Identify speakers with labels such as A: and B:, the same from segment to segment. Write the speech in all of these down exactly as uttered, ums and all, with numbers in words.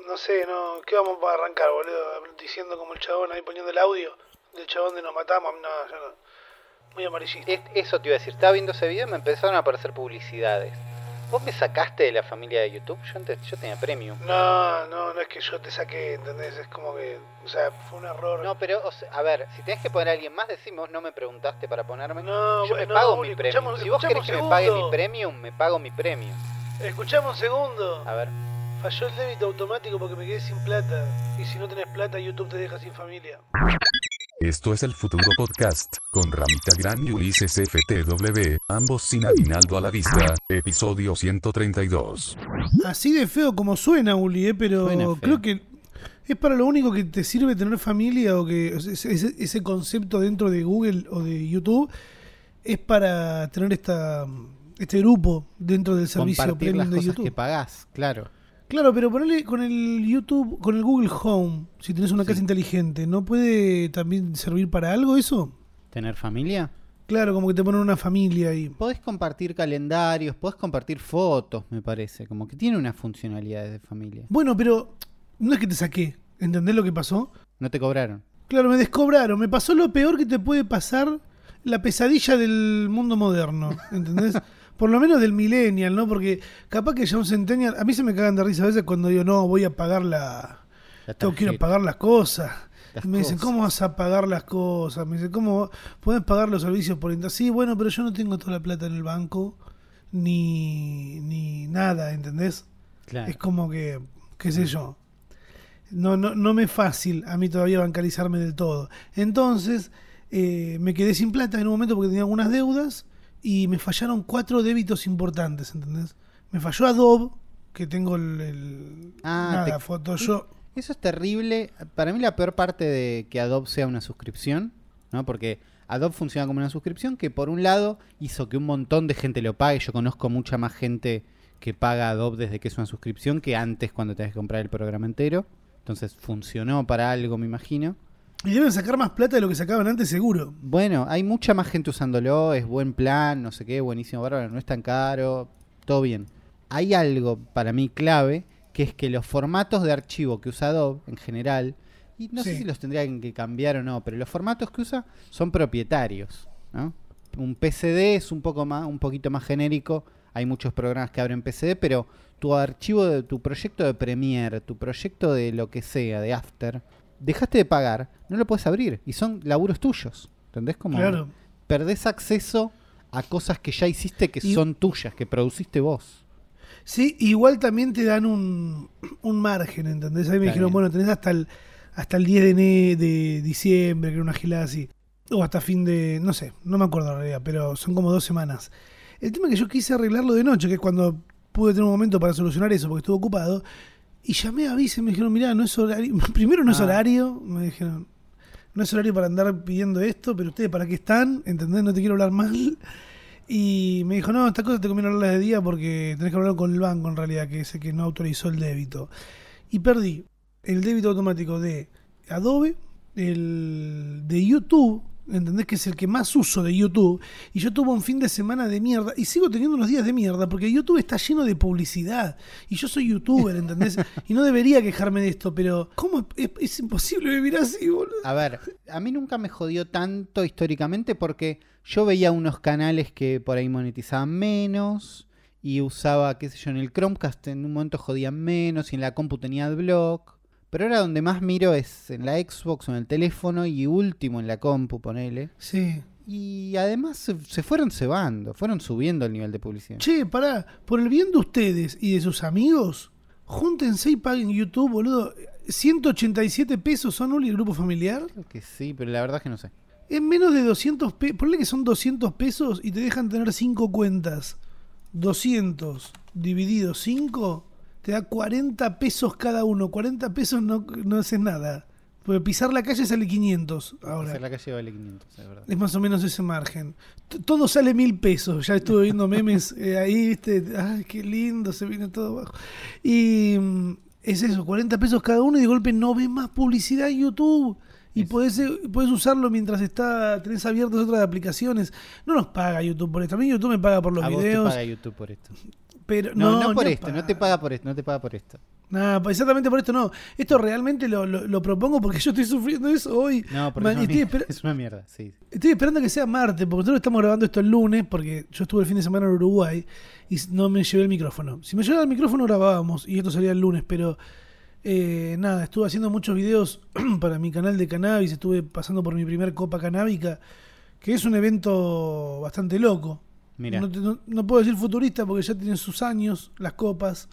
A: no sé, no, ¿qué vamos para arrancar, boludo? Diciendo como el chabón ahí poniendo el audio del chabón de nos matamos, no, yo no. Muy amarillista.
B: Es, eso te iba a decir, estaba viendo ese video y me empezaron a aparecer publicidades. ¿Vos me sacaste de la familia de YouTube? Yo antes yo tenía premium.
A: No, no, no es que yo te saqué, ¿entendés? Es como que, o sea, fue un error.
B: No, pero, o sea, a ver, si tenés que poner a alguien más, decime, vos no me preguntaste para ponerme.
A: No,
B: yo me
A: no,
B: pago
A: Uli,
B: mi premium.
A: escuchamos-
B: Si vos querés que me
A: escuchamos
B: pague
A: segundo.
B: mi premium, me pago mi premium.
A: Escuchame un segundo.
B: A ver.
A: Falló el débito automático porque me quedé sin plata. Y si no tenés plata, YouTube te deja sin familia.
C: Esto es el Futuro Podcast, con Ramita Gran y Ulises F T W, ambos sin aguinaldo a la vista, episodio ciento treinta y dos.
A: Así de feo como suena, Uli, ¿eh? Pero
B: Suena feo.
A: creo que es para lo único que te sirve tener familia o que ese, ese- ese concepto dentro de Google o de YouTube es para tener esta este grupo dentro del servicio
D: Compartir las
A: premium de
D: cosas
A: YouTube.
D: que pagás, claro.
A: Claro, pero ponele con el YouTube, con el Google Home, si tenés una
D: Sí.
A: casa inteligente, ¿no puede también servir para algo eso?
D: ¿Tener familia?
A: Claro, como que te ponen una familia ahí.
D: Podés compartir calendarios, podés compartir fotos, me parece. Como que tiene unas funcionalidades de familia.
A: Bueno, pero no es que te saqué, ¿entendés lo que pasó?
D: ¿No te cobraron?
A: Claro, me descobraron, me pasó lo peor que te puede pasar, la pesadilla del mundo moderno, ¿entendés? Por lo menos del millennial, ¿no? Porque capaz que ya un centennial, a mí se me cagan de risa a veces cuando digo, no, voy a pagar la...
D: La
A: Tengo quiero
D: tarjeta.
A: pagar las cosas.
D: Las
A: Y me dicen,
D: cosas.
A: ¿cómo vas a pagar las cosas? Me dicen, ¿cómo puedes pagar los servicios por internet? Sí, bueno, pero yo no tengo toda la plata en el banco, ni, ni nada, ¿entendés?
D: Claro.
A: Es como que, qué sé yo, no, no, no me es fácil a mí todavía bancarizarme del todo. Entonces, eh, me quedé sin plata en un momento porque tenía algunas deudas y me fallaron cuatro débitos importantes, ¿entendés? Me falló Adobe, que tengo el, el
D: Ah,
A: nada,
D: te-
A: Photoshop.
D: Eso es terrible. Para mí la peor parte de que Adobe sea una suscripción, ¿no? Porque Adobe funciona como una suscripción que por un lado hizo que un montón de gente lo pague. Yo conozco mucha más gente que paga Adobe desde que es una suscripción que antes cuando tenés que comprar el programa entero. Entonces funcionó para algo, me imagino.
A: Y deben sacar más plata de lo que sacaban antes, seguro.
D: Bueno, hay mucha más gente usándolo, es buen plan, no sé qué, buenísimo, bárbaro, no es tan caro, todo bien. Hay algo para mí clave, que es que los formatos de archivo que usa Adobe en general, y no sé
A: Sí.
D: si los tendrían que cambiar o no, pero los formatos que usa son propietarios, ¿no? Un P C D es un poco más, un poquito más genérico, hay muchos programas que abren P C D, pero tu archivo de tu proyecto de Premiere, tu proyecto de lo que sea, de After, dejaste de pagar, no lo puedes abrir y son laburos tuyos, ¿entendés? Como
A: Claro.
D: perdés acceso a cosas que ya hiciste que
A: Y-
D: son tuyas, que produciste vos.
A: Sí, igual también te dan un, un margen, ¿entendés? Ahí me
D: Está
A: dijeron,
D: bien.
A: bueno, tenés hasta el hasta el diez de, ene- de diciembre, que era una gilada así. O hasta fin de, no sé, no me acuerdo en realidad, pero son como dos semanas. El tema es que yo quise arreglarlo de noche, que es cuando pude tener un momento para solucionar eso, porque estuve ocupado. Y llamé a Vice y me dijeron, mirá, no es horario. Primero no es
D: Ah.
A: horario, me dijeron. No es horario para andar pidiendo esto, pero ustedes para qué están, ¿entendés? No te quiero hablar mal. Y me dijo, no, esta cosa te conviene hablarla de día porque tenés que hablar con el banco en realidad, que es el que no autorizó el débito. Y perdí el débito automático de Adobe, el de YouTube, ¿entendés? Que es el que más uso de YouTube. Y yo tuve un fin de semana de mierda. Y sigo teniendo unos días de mierda porque YouTube está lleno de publicidad. Y yo soy youtuber, ¿entendés? Y no debería quejarme de esto, pero ¿cómo es, es imposible vivir así, boludo?
D: A ver, a mí nunca me jodió tanto históricamente porque yo veía unos canales que por ahí monetizaban menos y usaba, qué sé yo, en el Chromecast en un momento jodían menos y en la compu tenía adblock. Pero ahora donde más miro es en la Xbox o en el teléfono y último en la compu, ponele.
A: Sí.
D: Y además se, se fueron cebando, fueron subiendo el nivel de publicidad.
A: Che, pará, por el bien de ustedes y de sus amigos, júntense y paguen YouTube, boludo. ciento ochenta y siete pesos son Uli, el grupo familiar.
D: Creo que sí, pero la verdad es que no sé.
A: Es menos de doscientos pesos. Ponle que son doscientos pesos y te dejan tener cinco cuentas. doscientos dividido cinco te da cuarenta pesos cada uno. cuarenta pesos no, no haces nada. Porque pisar la calle sale quinientos ahora.
D: Hacer la calle vale quinientos, es verdad.
A: Es más o menos ese margen. T- Todo sale mil pesos. Ya estuve viendo memes eh, ahí, viste. Ay, qué lindo, se viene todo abajo. Y mm, es eso, cuarenta pesos cada uno y de golpe no ves más publicidad en YouTube. Y
D: Eso.
A: podés, eh, podés usarlo mientras está tenés abiertas otras aplicaciones. No nos paga YouTube por esto. A mí YouTube me paga por los
D: A vos te
A: videos.
D: paga YouTube por esto.
A: Pero
D: No,
A: no,
D: no por
A: no
D: esto, no te paga por esto, no te paga por esto.
A: Nada, pues exactamente por esto no. Esto realmente lo, lo, lo propongo porque yo estoy sufriendo eso hoy.
D: No, pero
A: Man,
D: es, una
A: estoy,
D: mierda,
A: esper-
D: es una mierda, sí.
A: estoy esperando que sea martes, porque nosotros estamos grabando esto el lunes, porque yo estuve el fin de semana en Uruguay y no me llevé el micrófono. Si me llevaba el micrófono grabábamos y esto salía el lunes, pero eh, nada, estuve haciendo muchos videos para mi canal de cannabis, estuve pasando por mi primer Copa Canábica, que es un evento bastante loco.
D: Mira,
A: No, te- no- no puedo decir futurista porque ya tienen sus años las copas,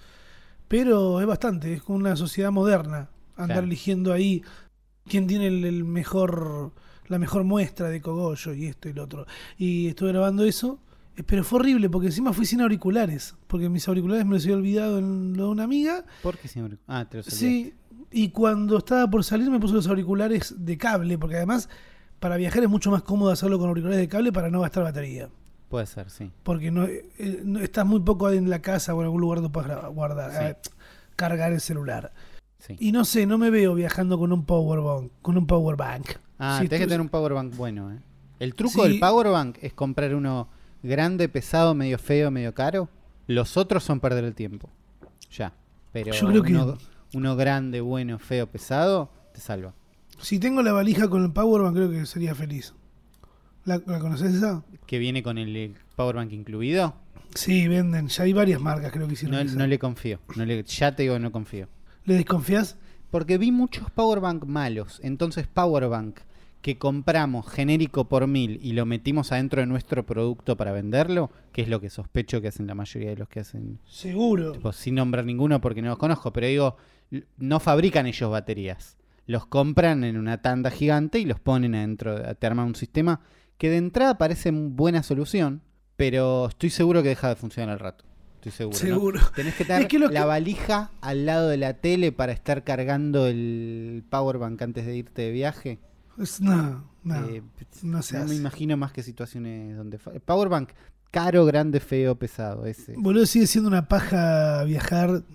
A: pero es bastante, es como una sociedad moderna andar
D: Claro.
A: eligiendo ahí quién tiene el, el mejor, la mejor muestra de cogollo y esto y lo otro. Y estuve grabando eso, eh, pero fue horrible porque encima fui sin auriculares, porque mis auriculares me los había olvidado en lo de una amiga.
D: ¿por qué siempre? Ah, te lo olvidaste.
A: Sí, y cuando estaba por salir me puse los auriculares de cable, porque además para viajar es mucho más cómodo hacerlo con auriculares de cable para no gastar batería.
D: Puede ser, sí.
A: Porque no, eh, no- estás muy poco en la casa o en algún lugar donde puedas gra- guardar,
D: Sí.
A: eh, cargar el celular.
D: sí.
A: Y no sé, no me veo viajando con un power bank, con un power bank.
D: Ah,
A: Si
D: tenés que
A: tú-
D: tener un powerbank bueno, ¿eh? El truco
A: Sí.
D: del powerbank es comprar uno grande, pesado, medio feo, medio caro. Los otros son perder el tiempo. Ya. Pero
A: Yo creo que-
D: uno, uno grande, bueno, feo, pesado, te salva.
A: Si tengo la valija con el power bank, creo que sería feliz. ¿La, la conoces esa?
D: Que viene con el, el powerbank incluido.
A: Sí, venden. Ya hay varias marcas creo que hicieron
D: No,
A: esa.
D: no le confío. No le, ya te digo que no confío.
A: ¿Le desconfías?
D: Porque vi muchos powerbank malos. Entonces powerbank que compramos genérico por mil y lo metimos adentro de nuestro producto para venderlo, que es lo que sospecho que hacen la mayoría de los que hacen,
A: Seguro.
D: tipo, sin nombrar ninguno porque no los conozco, pero digo, l- no fabrican ellos baterías. Los compran en una tanda gigante y los ponen adentro, te arman un sistema que de entrada parece una buena solución, pero estoy seguro que deja de funcionar al rato. Estoy seguro. ¿no?
A: Seguro.
D: Tenés que tener
A: Es que lo
D: la
A: que-
D: valija al lado de la tele para estar cargando el powerbank antes de irte de viaje.
A: Es- no, no.
D: Eh,
A: no se
D: me
A: hace.
D: imagino más que situaciones donde... fa- Powerbank, caro, grande, feo, pesado. Ese.
A: Boludo, sigue siendo una paja viajar.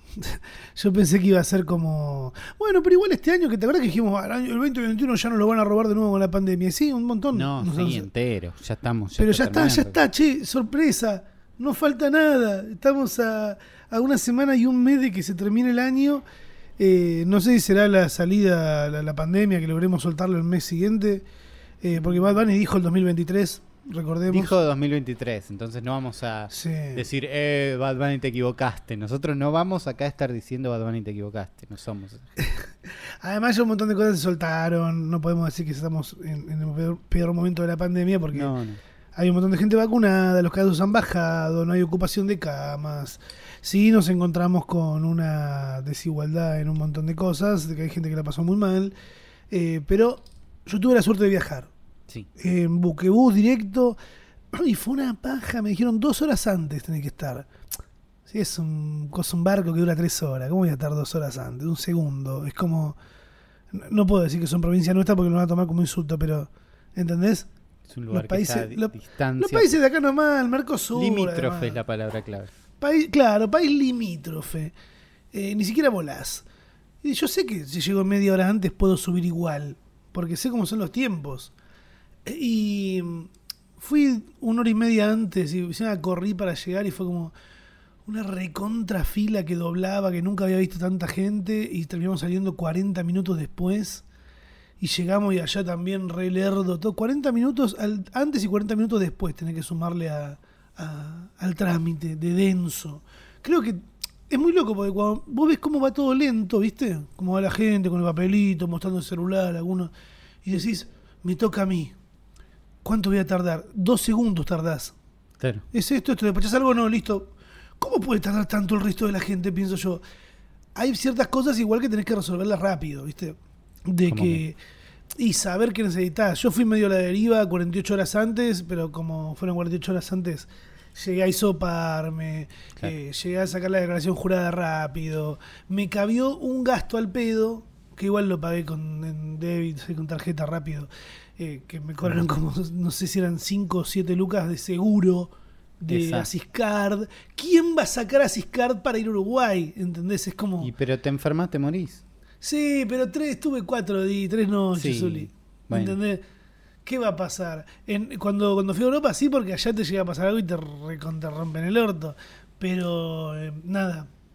A: Yo pensé que iba a ser como... Bueno, pero igual este año, que te acuerdas que dijimos, "Al año- el veinte veintiuno ya nos lo van a robar de nuevo con la pandemia". Sí, un montón.
D: No,
A: Nos
D: sí,
A: vamos a-
D: entero. Ya estamos.
A: Pero ya está, ya
D: terminando.
A: está, che, sorpresa. No falta nada. Estamos a, a una semana y un mes de que se termine el año. Eh, no sé si será la salida, la, la pandemia, que logremos soltarlo el mes siguiente. Eh, porque Bad Bunny dijo el dos mil veintitrés, recordemos.
D: Dijo dos mil veintitrés, entonces no vamos a
A: Sí.
D: decir, eh, Bad Bunny te equivocaste. Nosotros no vamos acá a estar diciendo Bad Bunny te equivocaste. No somos.
A: Además, ya un montón de cosas se soltaron. No podemos decir que estamos en, en el peor, peor momento de la pandemia porque
D: No, no.
A: hay un montón de gente vacunada, los casos han bajado, no hay ocupación de camas. Sí, nos encontramos con una desigualdad en un montón de cosas, de que hay gente que la pasó muy mal. Eh, pero yo tuve la suerte de viajar
D: Sí.
A: en buquebús directo y fue una paja. Me dijeron dos horas antes tenés que estar. Sí, es un, cosa- un barco que dura tres horas. ¿Cómo voy a estar dos horas antes? Un segundo. Es como... No, no puedo decir que son provincia nuestra porque lo van a tomar como insulto, pero... ¿Entendés?
D: Es un lugar
A: Los países-
D: que está a di-
A: lo-
D: distancia.
A: Los países de acá nomás, el Mercosur.
D: Limítrofe
A: además.
D: es la palabra clave.
A: País, claro, país limítrofe. Eh, ni siquiera volás. Y yo sé que si llego media hora antes puedo subir igual, porque sé cómo son los tiempos. Eh, Y mm, fui una hora y media antes y encima corrí para llegar y fue como una recontra fila que doblaba, que nunca había visto tanta gente y terminamos saliendo cuarenta minutos después. Y llegamos y allá también re lerdo, todo. cuarenta minutos al- antes y cuarenta minutos después tenés que sumarle a, a- al trámite de denso. Creo que es muy loco porque cuando vos ves cómo va todo lento, ¿viste? Cómo va la gente con el papelito, mostrando el celular, algunos. Y decís, me toca a mí. ¿Cuánto voy a tardar? Dos segundos tardás.
D: Claro.
A: ¿Es esto, esto? ¿Despachás algo? No, listo. ¿Cómo puede tardar tanto el resto de la gente? Pienso yo. Hay ciertas cosas igual que tenés que resolverlas rápido, ¿viste? De
D: ¿Cómo
A: que... Y saber qué necesitas. Yo fui medio a la deriva cuarenta y ocho horas antes, pero como fueron cuarenta y ocho horas antes, llegué a hisoparme,
D: Claro.
A: eh, llegué a sacar la declaración jurada rápido. Me cabió un gasto al pedo, que igual lo pagué con en débito, con tarjeta rápido, eh, que me cobraron como, no sé si eran cinco o siete lucas de seguro de
D: Exacto.
A: Asiscard. ¿Quién va a sacar Asiscard para ir a Uruguay? ¿Entendés? Es como...
D: Y pero te enfermas, te morís.
A: Sí, pero tres, estuve cuatro días, tres noches,
D: Sí,
A: Zuli.
D: bueno.
A: ¿Entendés? ¿Qué va a pasar? En, cuando, cuando fui a Europa, sí, porque allá te llega a pasar algo y te recontra rompen el orto. Pero, eh, nada,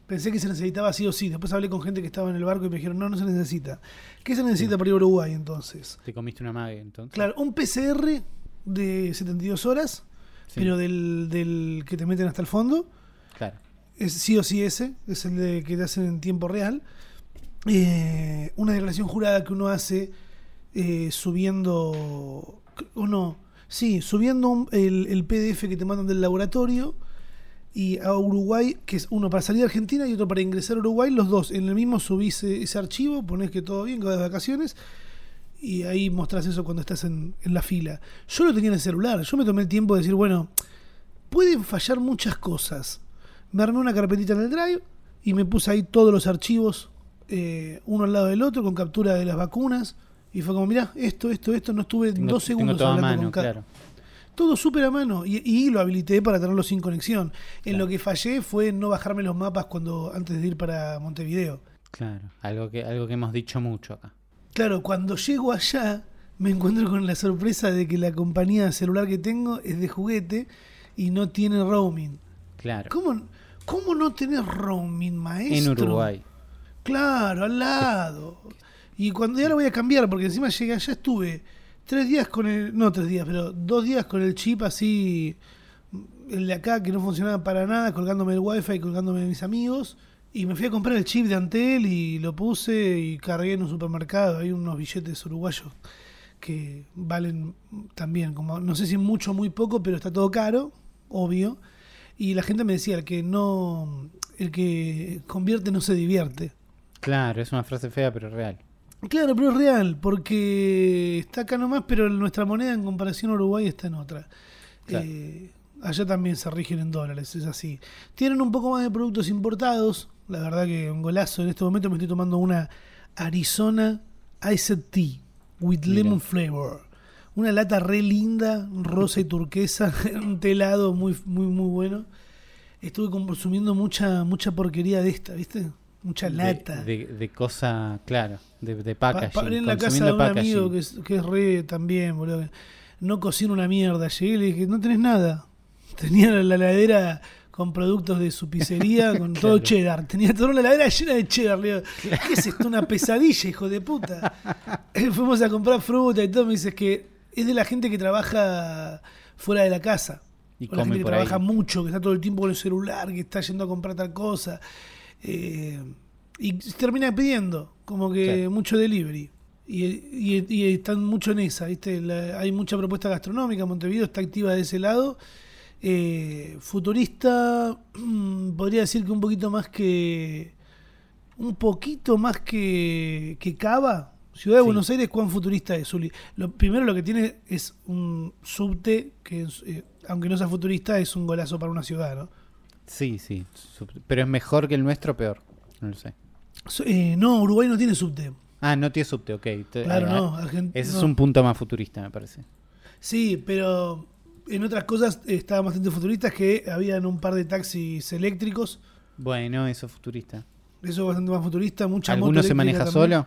A: Pensé que se necesitaba sí o sí. Después hablé con gente que estaba en el barco y me dijeron, no, no se necesita. ¿Qué se necesita sí. para ir a Uruguay entonces?
D: Te comiste una mague entonces.
A: Claro, un P C R de setenta y dos horas, sí. pero del, del que te meten hasta el fondo.
D: Claro.
A: Es sí o sí ese, es el de que te hacen en tiempo real. Eh, una declaración jurada que uno hace eh, subiendo... ¿O no? Sí, subiendo un, el, el P D F que te mandan del laboratorio y a Uruguay, que es uno para salir a Argentina y otro para ingresar a Uruguay, los dos en el mismo subís ese archivo, ponés que todo bien, que vas de vacaciones y ahí mostrás eso cuando estás en, en la fila. Yo lo tenía en el celular, yo me tomé el tiempo de decir, bueno, pueden fallar muchas cosas. Me armé una carpetita en el Drive y me puse ahí todos los archivos, eh, uno al lado del otro, con captura de las vacunas, y fue como, mirá, esto, esto, esto, no estuve
D: tengo,
A: dos segundos
D: tengo
A: hablando
D: mano,
A: con cada...
D: Claro.
A: Todo súper a mano y, y lo habilité para tenerlo sin conexión. En
D: claro.
A: lo que fallé fue no bajarme los mapas cuando antes de ir para Montevideo.
D: Claro, algo que, algo que hemos dicho mucho acá.
A: Claro, cuando llego allá me encuentro con la sorpresa de que la compañía celular que tengo es de juguete y no tiene roaming.
D: Claro.
A: ¿Cómo, cómo no tenés roaming, maestro?
D: En Uruguay.
A: Claro, al lado. Y cuando ya lo voy a cambiar, porque encima llegué allá, estuve tres días con el... No tres días, pero dos días con el chip así, el de acá que no funcionaba para nada, colgándome el wifi, colgándome de mis amigos. Y me fui a comprar el chip de Antel y lo puse y cargué en un supermercado. Hay unos billetes uruguayos que valen también, como no sé si mucho o muy poco, pero está todo caro, obvio. Y la gente me decía, el que no, el que convierte no se divierte.
D: Claro, es una frase fea pero real.
A: Claro, pero es real, porque está acá nomás, pero nuestra moneda en comparación a Uruguay está en otra. Claro. Eh, allá también se rigen en dólares, es así. Tienen un poco más de productos importados. La verdad que un golazo. En este momento me estoy tomando una Arizona Iced Tea with Mira. Lemon flavor. Una lata re linda, rosa y turquesa, un telado muy, muy, muy bueno. Estuve consumiendo mucha, mucha porquería de esta, ¿viste? Mucha lata.
D: De, de, de cosa, claro, de, de packaging.
A: Pa, pa, en la casa de un packaging. amigo que es, que es re también, boludo. No cocino una mierda. Llegué y le dije, no tenés nada. Tenía la heladera con productos de su pizzería, con claro. todo cheddar. Tenía toda la heladera llena de cheddar. Le digo, claro. ¿qué es esto? Una pesadilla, hijo de puta. Fuimos a comprar fruta y todo. Me dices que es de la gente que trabaja fuera de la casa.
D: Y
A: o la gente que
D: por
A: trabaja
D: ahí.
A: mucho, que está todo el tiempo con el celular, que está yendo a comprar tal cosa. Eh, y termina pidiendo, como que claro. mucho delivery. Y, y, y están mucho en esa, ¿viste? La, hay mucha propuesta gastronómica. Montevideo está activa de ese lado. Eh, futurista, mmm, podría decir que un poquito más que. Un poquito más que, que Cava. Ciudad de sí. Buenos Aires, ¿cuán futurista es, Uli? Lo, primero lo que tiene es un subte que, eh, aunque no sea futurista, es un golazo para una ciudad, ¿no?
D: Sí, sí. Pero es mejor que el nuestro o peor. No lo sé.
A: Eh, no, Uruguay no tiene subte.
D: Ah, no tiene subte, ok.
A: Claro,
D: ah,
A: no. Argent-
D: ese
A: no.
D: es un punto más futurista, me parece.
A: Sí, pero en otras cosas estaban bastante futuristas, que habían un par de taxis eléctricos.
D: Bueno, eso es futurista.
A: Eso es bastante más futurista. Mucha
D: ¿Alguno se maneja también. solo?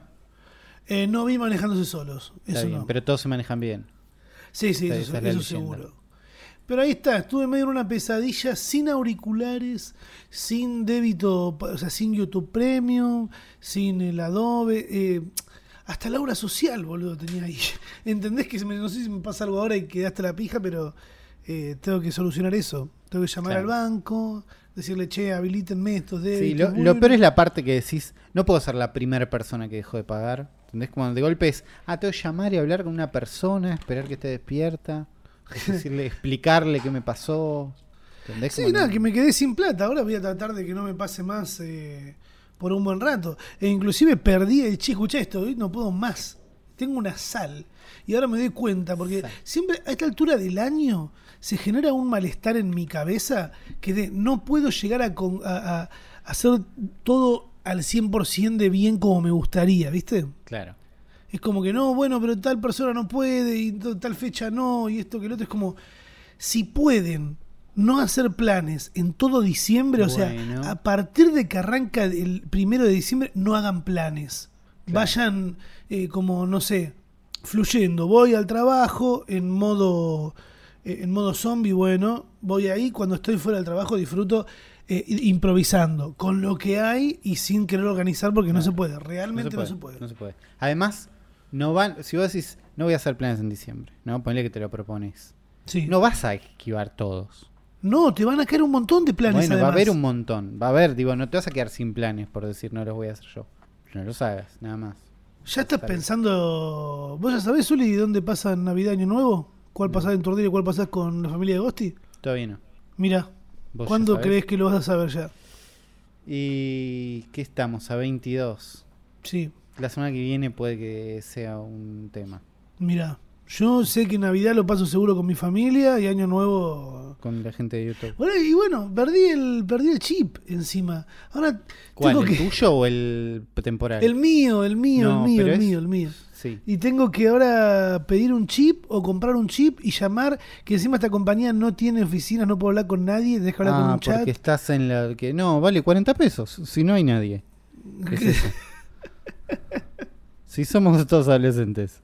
A: Eh, no vi manejándose solos.
D: Está
A: eso
D: bien,
A: no.
D: pero todos se manejan bien.
A: Sí, sí,
D: Esa,
A: eso,
D: esa
A: eso seguro. Pero ahí está, estuve medio en una pesadilla, sin auriculares, sin débito, o sea, sin YouTube Premium, sin el Adobe, eh, hasta la obra social, boludo, tenía ahí. ¿Entendés que me, no sé si me pasa algo ahora y quedaste la pija, pero eh, tengo que solucionar eso? Tengo que llamar claro. al banco, decirle, che, habilítenme estos débitos.
D: Sí, lo, lo peor es la parte que decís, no puedo ser la primera persona que dejó de pagar. ¿Entendés? Como de golpe es, ah, tengo que llamar y hablar con una persona, esperar que esté despierta. Decirle, explicarle qué me pasó. ¿Entendés?
A: Sí,
D: Como
A: nada,
D: no...
A: que me quedé sin plata. Ahora voy a tratar de que no me pase más eh, por un buen rato. E inclusive perdí el che, escuchá esto, hoy no puedo más. Tengo una sal. Y ahora me doy cuenta, porque sal. Siempre a esta altura del año se genera un malestar en mi cabeza que de, no puedo llegar a, con, a, a, a hacer todo al cien por ciento de bien como me gustaría, ¿viste?
D: Claro.
A: Es como que no, bueno, pero tal persona no puede y tal fecha no, y esto que el otro es como, si pueden no hacer planes en todo diciembre, bueno. O sea, a partir de que arranca el primero de diciembre, no hagan planes. Claro. Vayan eh, como, no sé, fluyendo. Voy al trabajo en modo, eh, en modo zombie, bueno, voy ahí, cuando estoy fuera del trabajo disfruto eh, improvisando, con lo que hay y sin querer organizar porque no,
D: No,
A: se puede, realmente
D: no se puede, no se puede. Además, no van, si vos decís, no voy a hacer planes en diciembre, ¿no? Ponle que te lo propones.
A: Sí.
D: No vas a esquivar todos.
A: No, te van a caer un montón de planes.
D: Bueno,
A: además.
D: va a haber un montón. Va a haber, digo, no te vas a quedar sin planes por decir no los voy a hacer yo. No los hagas, nada más.
A: ¿Ya estás pensando? ¿Vos ya sabés, Uli, dónde pasa Navidad, Año Nuevo? ¿Cuál
D: No.
A: pasás en tu ordinario y cuál pasás con la familia de Gosti?
D: Todavía no.
A: Mira,
D: ¿Vos
A: ¿cuándo
D: ya sabés?
A: crees que lo vas a saber ya?
D: ¿Y qué estamos? A veintidós.
A: Sí,
D: La semana que viene puede que sea un tema.
A: mira, yo sé que Navidad lo paso seguro con mi familia y Año Nuevo...
D: Con la gente de YouTube.
A: Bueno, y bueno, perdí el, perdí el chip encima. Ahora
D: ¿Cuál?
A: tengo
D: ¿El
A: que...
D: tuyo o el temporal?
A: El mío, el mío,
D: No,
A: el mío,
D: pero
A: el
D: es-
A: mío, el mío.
D: Sí.
A: Y tengo que ahora pedir un chip o comprar un chip y llamar, que encima esta compañía no tiene oficinas, no puedo hablar con nadie, tenés que hablar con
D: Ah,
A: un chat.
D: porque estás en la que no, vale cuarenta pesos, si no hay nadie. ¿Qué es eso? Si somos todos adolescentes.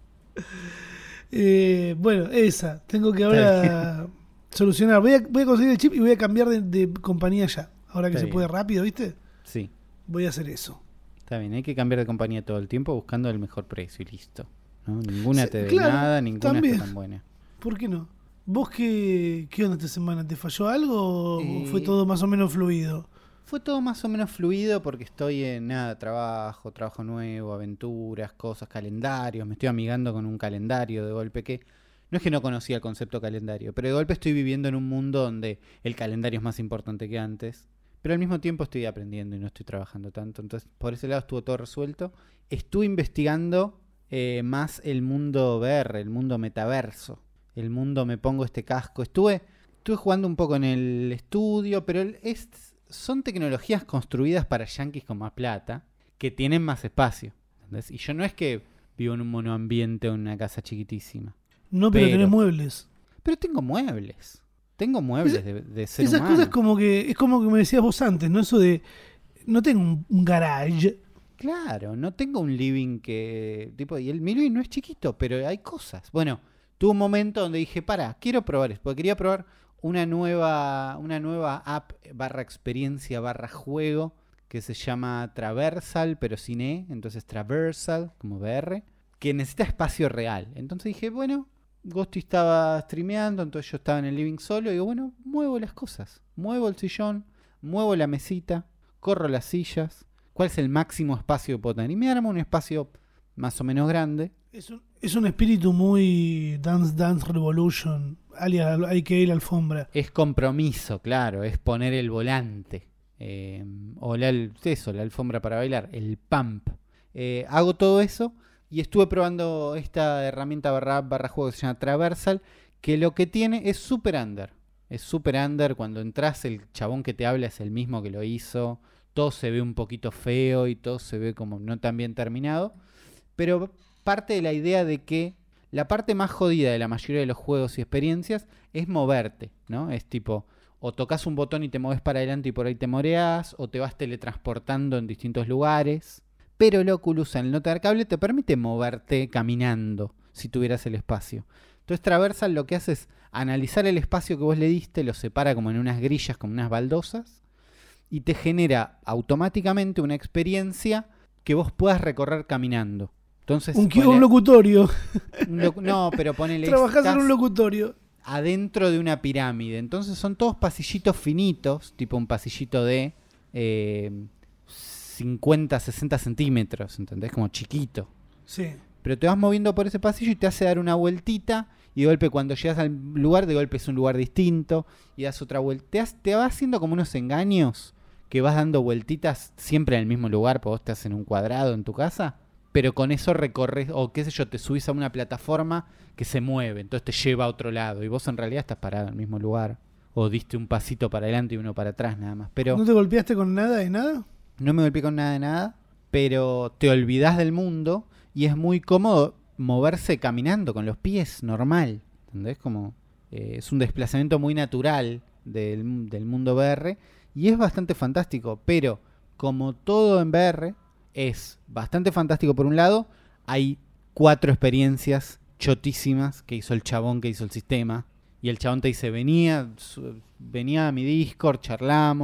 A: Eh, bueno, esa, tengo que ahora solucionar. Voy a, voy a conseguir el chip y voy a cambiar de, de compañía ya. Ahora que
D: Está
A: se
D: bien.
A: puede rápido, ¿viste?
D: Sí,
A: Voy a hacer eso.
D: está bien, hay que cambiar de compañía todo el tiempo buscando el mejor precio y listo. ¿No? Ninguna
A: Sí,
D: te dé
A: claro,
D: nada, ninguna
A: también.
D: está tan buena.
A: ¿Por qué no? ¿Vos qué, qué onda esta semana? ¿Te falló algo o
D: Eh,
A: fue todo más o menos fluido?
D: Fue todo más o menos fluido porque estoy en nada, trabajo, trabajo nuevo, aventuras, cosas, calendarios. Me estoy amigando con un calendario de golpe que... No es que no conocía el concepto calendario, pero de golpe estoy viviendo en un mundo donde el calendario es más importante que antes. Pero al mismo tiempo estoy aprendiendo y no estoy trabajando tanto. Entonces, por ese lado estuvo todo resuelto. Estuve investigando eh, más el mundo V R, el mundo metaverso. El mundo me pongo este casco. Estuve, estuve jugando un poco en el estudio, pero el- es, son tecnologías construidas para yanquis con más plata que tienen más espacio. ¿Entendés? Y yo no es que vivo en un monoambiente o en una casa chiquitísima.
A: No, pero,
D: pero-
A: tenés muebles.
D: Pero tengo muebles. Tengo muebles
A: Esa-
D: de, de ser
A: Esas
D: humano.
A: cosas como que es como que me decías vos antes, ¿no? Eso de no tengo un, un garage.
D: Claro, no tengo un living que... tipo Y el mi living no es chiquito, pero hay cosas. Bueno, tuve un momento donde dije, para, quiero probar esto. Porque quería probar una nueva, una nueva app barra experiencia barra juego que se llama Traversal, pero sin E. Entonces Traversal, como V R, que necesita espacio real. Entonces dije, bueno, Ghosty estaba streameando, entonces yo estaba en el living solo. Y digo, bueno, muevo las cosas. Muevo el sillón, muevo la mesita, corro las sillas. ¿Cuál es el máximo espacio que puedo tener? Y me armo un espacio más o menos grande.
A: Es un, es un espíritu muy Dance Dance Revolution, alias hay que ir a la alfombra.
D: Es compromiso, claro, es poner el volante. Eh, o la, eso, la alfombra para bailar, el pump. Eh, hago todo eso y estuve probando esta herramienta barra, barra juego que se llama Traversal, que lo que tiene es super under. Es super under, cuando entras el chabón que te habla es el mismo que lo hizo. Todo se ve un poquito feo y todo se ve como no tan bien terminado. Pero parte de la idea de que la parte más jodida de la mayoría de los juegos y experiencias es moverte, ¿no? Es tipo, o tocas un botón y te mueves para adelante y por ahí te moreás, o te vas teletransportando en distintos lugares. Pero el Oculus, al no tener cable, te permite moverte caminando, si tuvieras el espacio. Entonces Traversal lo que hace es analizar el espacio que vos le diste, lo separa como en unas grillas, como unas baldosas, y te genera automáticamente una experiencia que vos puedas recorrer caminando. Entonces,
A: Un, qui-
D: ponele-
A: un locutorio.
D: un locu- no, pero ponele
A: Trabajás en
D: estás
A: un locutorio.
D: adentro de una pirámide. Entonces son todos pasillitos finitos, tipo un pasillito de eh, cincuenta, sesenta centímetros, ¿entendés? Como chiquito.
A: Sí.
D: Pero te vas moviendo por ese pasillo y te hace dar una vueltita. Y de golpe cuando llegas al lugar, de golpe es un lugar distinto. Y das otra vuelta. Te, has- te va haciendo como unos engaños que vas dando vueltitas siempre en el mismo lugar. Porque vos estás en un cuadrado en tu casa. Pero con eso recorres, o qué sé yo, te subís a una plataforma que se mueve. Entonces te lleva a otro lado. Y vos en realidad estás parado en el mismo lugar. O diste un pasito para adelante y uno para atrás nada más. Pero
A: ¿No te golpeaste con nada de nada?
D: no me golpeé con nada de nada, pero te olvidás del mundo y es muy cómodo moverse caminando con los pies, normal. ¿Entendés? Como, eh, es un desplazamiento muy natural del, del mundo V R y es bastante fantástico, pero como todo en V R es bastante fantástico por un lado, hay cuatro experiencias chotísimas que hizo el chabón que hizo el sistema. Y el chabón te dice, venía, su- venía a mi Discord, charlamos,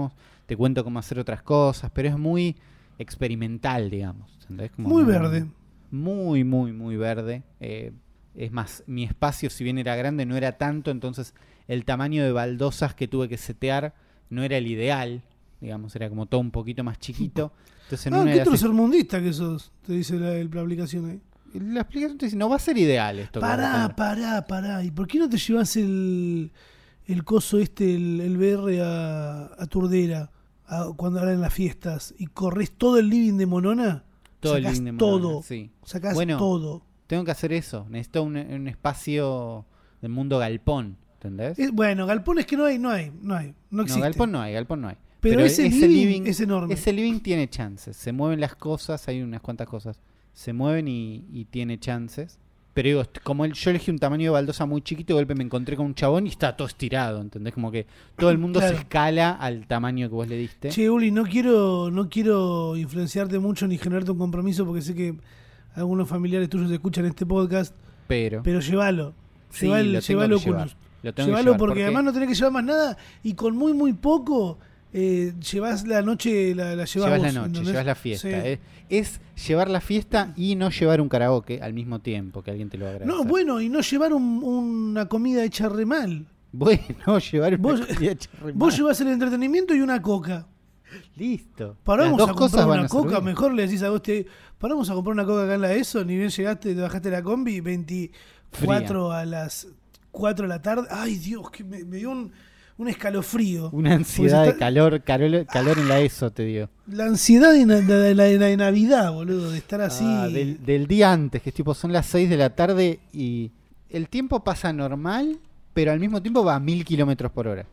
D: te cuento cómo hacer otras cosas, pero es muy experimental, digamos. ¿Entendés? Como
A: Muy
D: no-
A: verde.
D: Muy, muy, muy verde. Eh, es más, mi espacio, si bien era grande, no era tanto, entonces el tamaño de baldosas que tuve que setear no era el ideal, digamos, era como todo un poquito más chiquito. Entonces en
A: Ah,
D: una
A: qué
D: de las-
A: tercermundista que sos, te dice la, la aplicación ahí.
D: la explicación te dice, no va a ser ideal esto. que vas a
A: Pará,
D: tener.
A: pará, pará. ¿Y por qué no te llevas el, el coso este, el, el V R a, a Turdera, a- cuando ahora en las fiestas, y corres todo el living de Monona?
D: Todo el
A: Sacás
D: link de Monona,
A: todo.
D: sí.
A: Sacás
D: Bueno,
A: todo.
D: Tengo que hacer eso. Necesito un, un espacio del mundo galpón, ¿entendés?
A: Es- bueno, galpones que no hay, no hay, no hay, no existe.
D: No, galpón no hay, galpón no hay.
A: Pero ese living es enorme.
D: Ese living tiene chances. Se mueven las cosas, hay unas cuantas cosas. Se mueven y, y tiene chances. Pero digo, est- como el- yo elegí un tamaño de baldosa muy chiquito, de golpe me encontré con un chabón y está todo estirado, ¿entendés? Como que todo el mundo
A: Claro.
D: se escala al tamaño que vos le diste.
A: Che, Uli, no quiero, no quiero influenciarte mucho ni generarte un compromiso porque sé que algunos familiares tuyos escuchan este podcast,
D: Pero,
A: pero llévalo.
D: sí,
A: Lleva el-
D: lo tengo
A: lleva el
D: que llevar.
A: Oculus.
D: Lo tengo que
A: Llévalo
D: llevar,
A: porque, además no tenés que llevar más nada y con muy, muy poco eh, llevas la noche, la, la llevas
D: llevas
A: vos,
D: la noche,
A: ¿entendés?
D: llevas la fiesta.
A: Sí.
D: eh. Es llevar la fiesta y no llevar un karaoke al mismo tiempo, que alguien te lo va a agradecer.
A: No, bueno, y no llevar un- una comida hecha re mal.
D: Bueno, llevar una
A: Vos-
D: comida hecha re
A: Vos
D: mal.
A: llevas el entretenimiento y una coca.
D: Listo.
A: Paramos
D: Las
A: a
D: dos cosas
A: comprar
D: van
A: una
D: a
A: coca,
D: servir.
A: mejor le decís a vos, te, paramos a comprar una coca acá en la ESO, ni bien llegaste, te bajaste la combi, veinticuatro a las cuatro de la tarde. Ay, Dios, que me, me dio un, un escalofrío.
D: Una ansiedad
A: Porque
D: de
A: se está-
D: calor, calor, calor en la ESO, te digo.
A: La ansiedad de, na- de la, de la de Navidad, boludo, de estar así.
D: Ah, del, del día antes, que es tipo, son las seis de la tarde y el tiempo pasa normal, pero al mismo tiempo va a mil kilómetros por hora.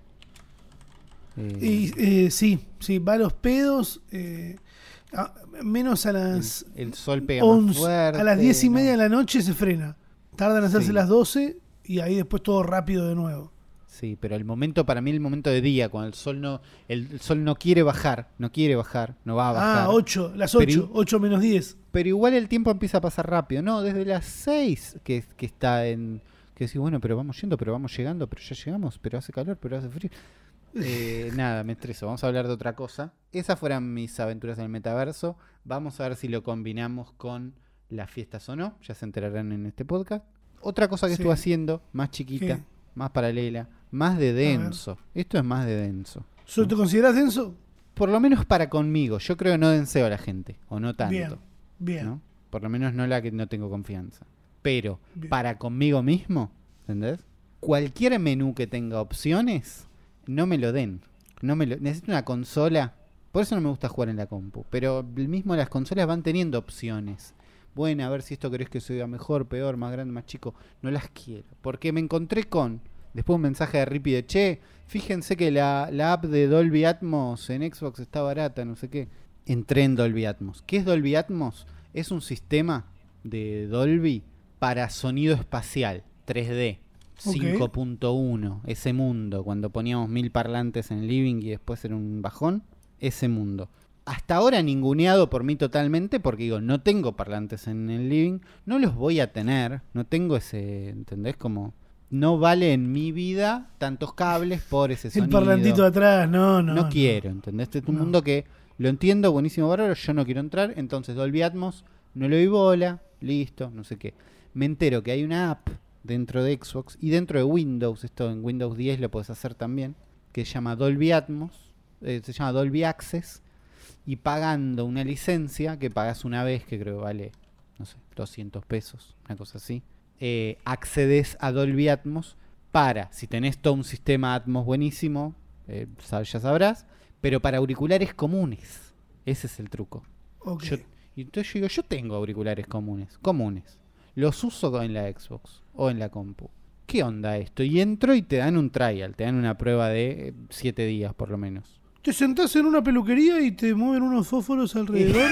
D: Eh,
A: Y, eh, sí, sí, va a los pedos, eh, a- menos a
D: el,
A: las
D: el sol pega más
A: once,
D: fuerte.
A: a las diez y
D: ¿no?
A: media de la noche se frena. Tardan en hacerse
D: Sí.
A: las doce y ahí después todo rápido de nuevo.
D: Sí, pero el momento, para mí, el momento de día, cuando el sol no, el, el sol no quiere bajar, no quiere bajar, no va a bajar.
A: Ah, ocho, las
D: Pero
A: ocho,
D: i-
A: ocho menos diez.
D: Pero igual el tiempo empieza a pasar rápido. No, desde las seis que, que está en... Que decís, bueno, pero vamos yendo, pero vamos llegando, pero ya llegamos, pero hace calor, pero hace frío. Eh, nada, me estreso. Vamos a hablar de otra cosa. Esas fueron mis aventuras en el metaverso. Vamos a ver si lo combinamos con las fiestas o no. Ya se enterarán en este podcast. Otra cosa que
A: Sí.
D: estuve haciendo, más chiquita,
A: ¿Qué?
D: más paralela, más de denso. Esto es más de denso.
A: ¿Solo te considerás denso?
D: Por lo menos para conmigo. Yo creo que no denseo a la gente, o no tanto.
A: Bien, bien.
D: ¿no? Por lo menos no la que no tengo confianza. Pero
A: Bien.
D: para conmigo mismo, ¿entendés? Cualquier menú que tenga opciones, no me lo den. No me lo, necesito una consola. Por eso no me gusta jugar en la compu. Pero el mismo las consolas van teniendo opciones. Bueno, a ver si esto querés que sea mejor, peor, más grande, más chico. No las quiero. Porque me encontré con, después un mensaje de Rippy de, che, fíjense que la, la app de Dolby Atmos en Xbox está barata, no sé qué. Entré en Dolby Atmos. ¿Qué es Dolby Atmos? Es un sistema de Dolby para sonido espacial, tres D,
A: Ok.
D: cinco punto uno, ese mundo, cuando poníamos mil parlantes en el living y después era un bajón, ese mundo. Hasta ahora ninguneado por mí totalmente, porque digo, no tengo parlantes en el living, no los voy a tener, no tengo ese, ¿entendés? Como, no vale en mi vida tantos cables por ese
A: El
D: sonido.
A: parlantito de atrás, no, no.
D: No, quiero, ¿entendés? Este es un
A: No.
D: mundo que lo entiendo, buenísimo, bárbaro, yo no quiero entrar, entonces Dolby Atmos, no le doy bola, listo, no sé qué. Me entero que hay una app dentro de Xbox y dentro de Windows, esto en Windows diez lo podés hacer también, que se llama Dolby Atmos, eh, se llama Dolby Access, y pagando una licencia que pagas una vez, que creo que vale, no sé, doscientos pesos, una cosa así, eh, accedes a Dolby Atmos para, si tenés todo un sistema Atmos buenísimo, eh, sab- ya sabrás, pero para auriculares comunes. Ese es el truco.
A: Ok.
D: Yo, y entonces yo digo, yo tengo auriculares comunes, comunes. Los uso en la Xbox o en la compu. ¿Qué onda esto? Y entro y te dan un trial, te dan una prueba de siete días por lo menos.
A: Te sentás en una peluquería y te mueven unos fósforos alrededor.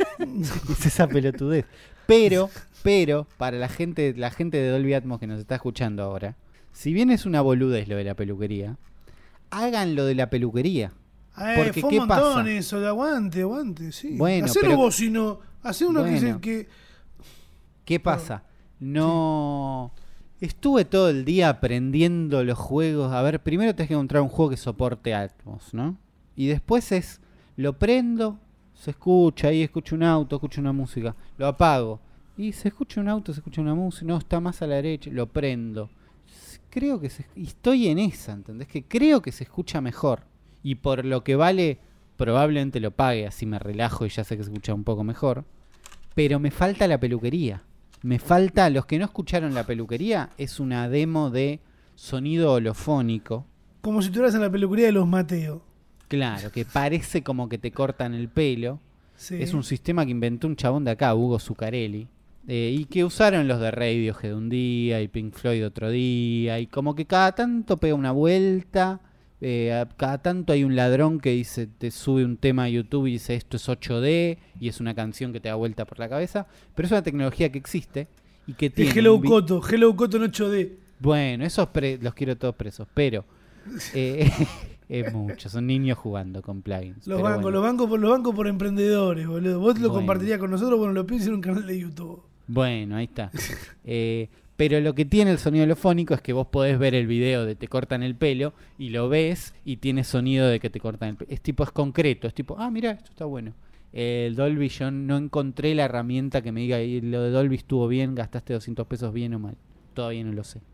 D: Es esa pelotudez. Pero, pero, para la gente, la gente de Dolby Atmos que nos está escuchando ahora, si bien es una boludez lo de la peluquería, hagan lo de la peluquería.
A: Ay,
D: Porque,
A: fue
D: ¿qué
A: un montón
D: pasa?
A: eso, de aguante, aguante, sí.
D: Bueno,
A: Hacelo
D: pero-
A: vos, si no. Hacé uno que es
D: Bueno.
A: el que.
D: ¿Qué pasa? No... Estuve todo el día aprendiendo los juegos. A ver, primero tenés que encontrar un juego que soporte Atmos, ¿no? Y después es, lo prendo, se escucha, ahí escucho un auto, escucho una música, lo apago. Y se escucha un auto, se escucha una música, no, está más a la derecha, lo prendo. Creo que se, y estoy en esa, ¿entendés? Que creo que se escucha mejor. Y por lo que vale, probablemente lo pague, así me relajo y ya sé que se escucha un poco mejor. Pero me falta la peluquería. Me falta, los que no escucharon la peluquería, es una demo de sonido holofónico.
A: Como si estuvieras en la peluquería de los Mateo.
D: Claro, que parece como que te cortan el pelo.
A: Sí.
D: Es un sistema que inventó un chabón de acá, Hugo Zuccarelli. Eh, y que usaron los de Radiohead un día y Pink Floyd otro día. Y como que cada tanto pega una vuelta. Eh, cada tanto hay un ladrón que dice, te sube un tema a YouTube y dice esto es ocho D. Y es una canción que te da vuelta por la cabeza. Pero es una tecnología que existe. Y que tiene
A: El Hello
D: vi-
A: Coto, Hello Coto en ocho D.
D: Bueno, esos pre- los quiero todos presos. Pero eh, es mucho. Son niños jugando con plugins.
A: Los
D: pero
A: bancos,
D: bueno.
A: los bancos por los bancos por emprendedores, boludo. Vos lo
D: Bueno.
A: compartirías con nosotros, bueno, lo piensas en un canal de YouTube.
D: Bueno, ahí está. Eh, pero lo que tiene el sonido holofónico es que vos podés ver el video de te cortan el pelo y lo ves y tiene sonido de que te cortan el pelo. Es tipo, es concreto, es tipo, ah, mira, esto está bueno. Eh, el Dolby, yo no encontré la herramienta que me diga, "Y lo de Dolby estuvo bien, gastaste doscientos pesos bien o mal. Todavía no lo sé.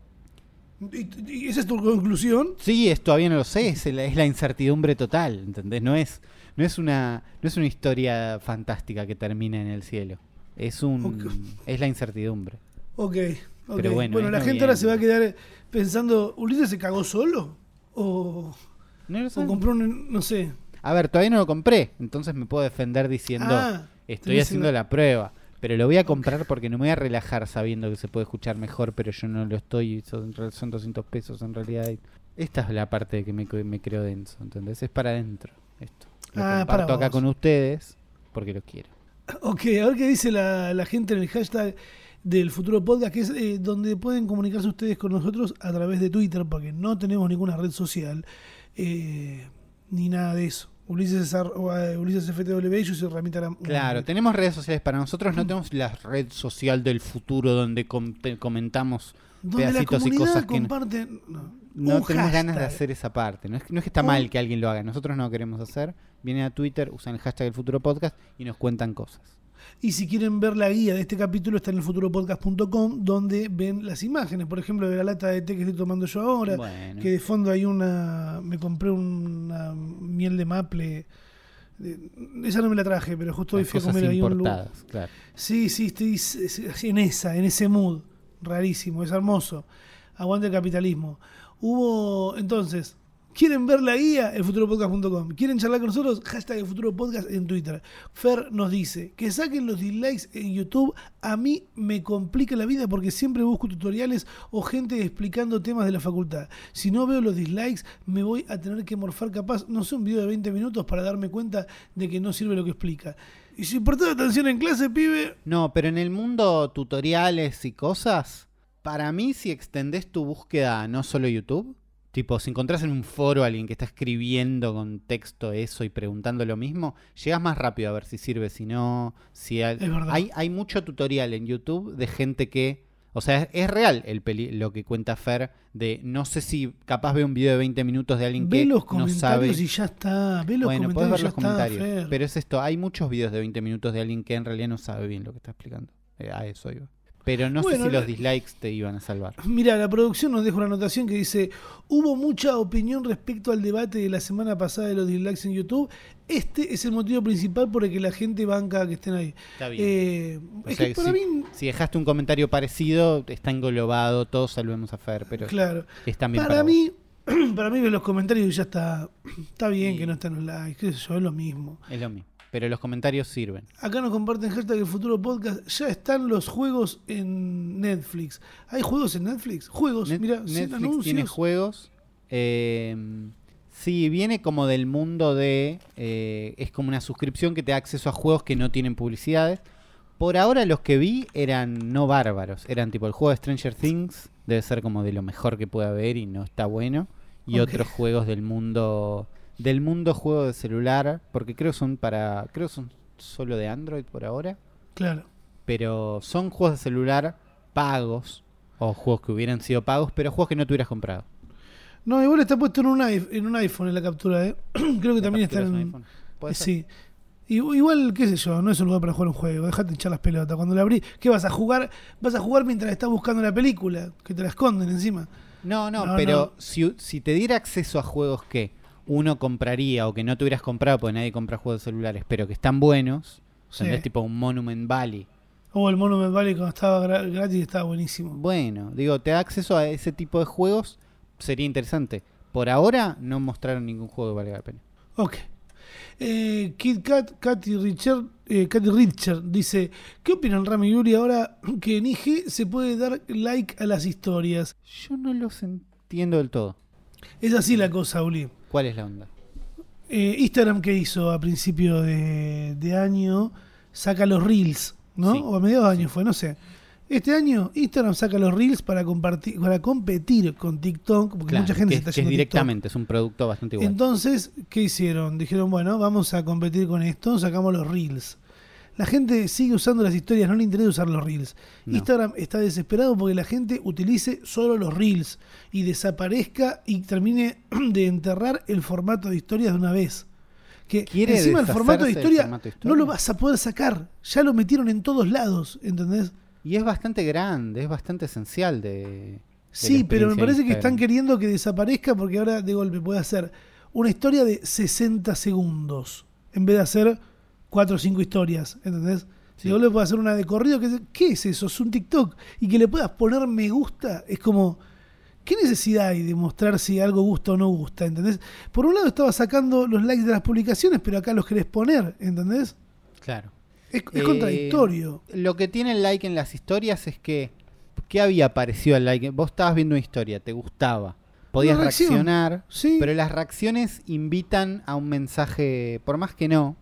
A: ¿Y, y esa es tu conclusión?
D: Sí, es, todavía no lo sé, es la, es la incertidumbre total, ¿entendés? No es, no es una, no es una historia fantástica que termina en el cielo. Es un,
A: Ok.
D: es la incertidumbre.
A: Ok, ok.
D: Pero bueno, es
A: la gente
D: noviembre.
A: ahora se va a quedar pensando, ¿Ulises se cagó solo? ¿O,
D: No lo
A: o
D: sé.
A: compró un, no sé?
D: A ver, todavía no lo compré, entonces me puedo defender diciendo,
A: Ah,
D: estoy
A: tenés
D: haciendo
A: una-
D: la prueba, pero lo voy a comprar porque no me voy a relajar sabiendo que se puede escuchar mejor, pero yo no lo estoy, y son, son doscientos pesos en realidad. Esta es la parte que me, me creo denso, ¿entendés? Es para adentro esto. Lo
A: Ah,
D: comparto
A: para
D: acá
A: vos.
D: con ustedes porque lo quiero.
A: Ok, a ver qué dice la, la gente en el hashtag del Futuro Podcast, que es eh, donde pueden comunicarse ustedes con nosotros a través de Twitter, porque no tenemos ninguna red social, eh, ni nada de eso. Ulises, es ar- o, eh, Ulises F T W, yo soy Ramita Gram-
D: Claro, tenemos redes sociales para nosotros, no tenemos la red social del futuro donde com- te- comentamos
A: donde la
D: pedacitos y
A: comunidad
D: cosas que no-
A: comparte... No,
D: No
A: un
D: tenemos ganas de
A: hashtag.
D: hacer esa parte. No es, no es que está
A: Un-
D: mal que alguien lo haga. Nosotros no lo queremos hacer. Vienen a Twitter, usan el hashtag del futuro podcast y nos cuentan cosas.
A: Y si quieren ver la guía de este capítulo, está en el futuropodcast punto com, donde ven las imágenes, por ejemplo, de la lata de té que estoy tomando yo ahora,
D: Bueno.
A: que de fondo hay una... Me compré una miel de maple. de- esa no me la traje, pero justo hoy
D: Las
A: fui a
D: cosas
A: comer ahí un lugar.
D: importadas, claro.
A: Sí, sí, estoy s- s- en esa, en ese mood. Rarísimo, es hermoso. Aguante el capitalismo. Hubo, entonces, ¿quieren ver la guía? el futuro podcast punto com. ¿Quieren charlar con nosotros? Hashtag el futuro podcast en Twitter. Fer nos dice que saquen los dislikes en YouTube. A mí me complica la vida porque siempre busco tutoriales o gente explicando temas de la facultad. Si no veo los dislikes, me voy a tener que morfar capaz, no sé, un video de veinte minutos para darme cuenta de que no sirve lo que explica. Y si prestás atención en clase, pibe...
D: No, pero en el mundo tutoriales y cosas, para mí si extendés tu búsqueda a no solo YouTube, tipo si encontrás en un foro a alguien que está escribiendo con texto eso y preguntando lo mismo, llegás más rápido a ver si sirve, si no, si hay,
A: Es verdad.
D: hay, hay mucho tutorial en YouTube de gente que, o sea, es, es real el peli- lo que cuenta Fer de no sé si capaz ve un video de veinte minutos de alguien
A: Ve
D: que
A: los
D: no
A: comentarios
D: sabe.
A: y ya está. Ve los
D: Bueno,
A: comentarios
D: podés ver
A: y ya
D: los comentarios,
A: está, Fer.
D: pero es esto, hay muchos videos de veinte minutos de alguien que en realidad no sabe bien lo que está explicando. Eh, a eso iba. Pero no
A: Bueno,
D: sé si
A: la-
D: los dislikes te iban a salvar.
A: Mira, la producción nos deja una anotación que dice: hubo mucha opinión respecto al debate de la semana pasada de los dislikes en YouTube. Este es el motivo principal por el que la gente banca que estén ahí.
D: Está bien.
A: Eh,
D: O
A: es
D: sea,
A: que para
D: si,
A: mí,
D: si dejaste un comentario parecido, está englobado, todos salvemos a Fer, pero
A: claro.
D: es también
A: Para,
D: para, vos.
A: mí, para mí ver los comentarios y ya está. Está bien
D: Sí.
A: que no estén los likes, qué sé yo, es lo mismo.
D: Es lo mismo. Pero los comentarios sirven.
A: Acá nos comparten hashtag el futuro podcast. Ya están los juegos en Netflix. ¿Hay juegos en Netflix? Juegos,
D: Net-
A: mira, sin
D: Netflix
A: anuncios.
D: tiene juegos. Eh, sí, viene como del mundo de... eh, es como una suscripción que te da acceso a juegos que no tienen publicidades. Por ahora los que vi eran no bárbaros. Eran tipo el juego de Stranger Things. Debe ser como de lo mejor que puede haber y no está bueno. Y
A: Ok.
D: otros juegos del mundo... Del mundo juego de celular. Porque creo son para... Creo son solo de Android por ahora.
A: Claro.
D: Pero son juegos de celular pagos. O juegos que hubieran sido pagos, pero juegos que no te hubieras comprado.
A: No, igual está puesto en un, i- en un iPhone en la captura, ¿eh? Creo que
D: ¿La
A: también está
D: captura es
A: en...
D: un iPhone? ¿Puede ser?
A: Sí. I- Igual, qué sé yo, no es un lugar para jugar un juego. Dejate echar las pelotas. Cuando la abrís, ¿qué vas a jugar? Vas a jugar mientras estás buscando la película, que te la esconden encima.
D: No, no,
A: No,
D: pero
A: no.
D: Si, si te diera acceso a juegos que uno compraría o que no te hubieras comprado porque nadie compra juegos celulares, pero que están buenos,
A: Sí.
D: ¿entendés? Tipo un Monument Valley.
A: O el Monument Valley cuando estaba gra- gratis estaba buenísimo.
D: Bueno, digo, te da acceso a ese tipo de juegos, sería interesante. Por ahora no mostraron ningún juego que valga la pena.
A: Ok. Eh, Kid Kat, Katy Richard, eh, Katy Richard dice: ¿Qué opinan Rami y Yuri ahora que en I G se puede dar like a las historias?
D: Yo no los entiendo del todo.
A: Es así la cosa, Uli.
D: ¿Cuál es la onda?
A: Eh, Instagram, que hizo a principio de, de año, saca los Reels, ¿no?
D: Sí.
A: O a mediados de año fue, no sé. Este año Instagram saca los Reels para compartir, para competir con TikTok, porque
D: Claro,
A: mucha gente
D: que,
A: se está
D: es- que es
A: yendo a TikTok.
D: directamente, es un producto bastante igual.
A: Entonces, ¿qué hicieron? Dijeron, bueno, vamos a competir con esto, sacamos los Reels. La gente sigue usando las historias, no le interesa usar los Reels.
D: No.
A: Instagram está desesperado porque la gente utilice solo los Reels y desaparezca y termine de enterrar el formato de historias de una vez. Que
D: ¿Quiere
A: encima el formato de
D: deshacerse del
A: historia
D: formato de
A: no
D: historia?
A: lo vas a poder sacar. Ya lo metieron en todos lados, ¿entendés?
D: Y es bastante grande, es bastante esencial de... de
A: Sí,
D: la
A: pero me
D: experiencia
A: parece
D: de
A: que están
D: Instagram.
A: queriendo que desaparezca porque ahora de golpe puede hacer una historia de sesenta segundos en vez de hacer cuatro o cinco historias, ¿entendés? Si
D: Sí.
A: de golpe puede hacer una de corrido, ¿qué, ¿qué es eso? Es un TikTok. Y que le puedas poner me gusta, es como... ¿Qué necesidad hay de mostrar si algo gusta o no gusta? ¿Entendés? Por un lado estaba sacando los likes de las publicaciones, pero acá los querés poner, ¿entendés?
D: Claro.
A: Es, es
D: Eh,
A: contradictorio.
D: Lo que tiene el like en las historias es que... ¿Qué había parecido al like? Vos estabas viendo una historia, te gustaba. Podías
A: Una reacción.
D: reaccionar,
A: Sí.
D: pero las reacciones invitan a un mensaje, por más que no,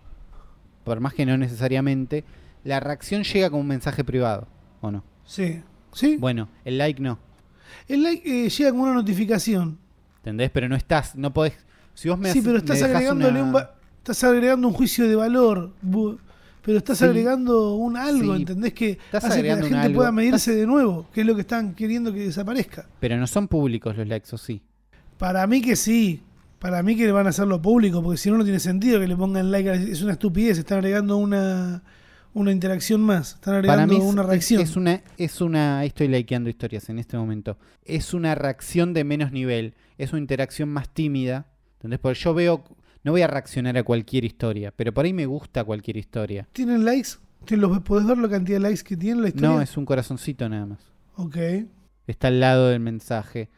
D: por más que no necesariamente, la reacción llega como un mensaje privado, ¿o no?
A: Sí. ¿Sí?
D: Bueno, el like no,
A: El like eh, llega como una notificación.
D: ¿entendés? Pero no estás, no podés... Si vos me
A: Sí,
D: haces-
A: pero estás
D: me dejás
A: agregándole
D: una-
A: un va- estás agregando un juicio de valor, bu- pero estás
D: Sí.
A: agregando un algo,
D: Sí.
A: ¿entendés? Que
D: Estás
A: hace que la
D: agregando un
A: gente
D: algo.
A: pueda medirse
D: Estás-
A: de nuevo, que es lo que están queriendo que desaparezca.
D: Pero no son públicos los likes, ¿o sí?
A: Para mí que sí, para mí que van a hacerlo público, porque si no, no tiene sentido que le pongan like, a- es una estupidez, están agregando una, una interacción más, están
D: Para
A: agregando
D: mí es,
A: una reacción.
D: es una, es una, ahí estoy likeando historias en este momento. Es una reacción de menos nivel, es una interacción más tímida, ¿entendés? Porque yo veo, no voy a reaccionar a cualquier historia, pero por ahí me gusta cualquier historia.
A: ¿Tienen likes? ¿Te los- ¿Podés ver la cantidad de likes que tiene la historia?
D: No, es un corazoncito nada más.
A: Ok.
D: Está al lado del mensaje.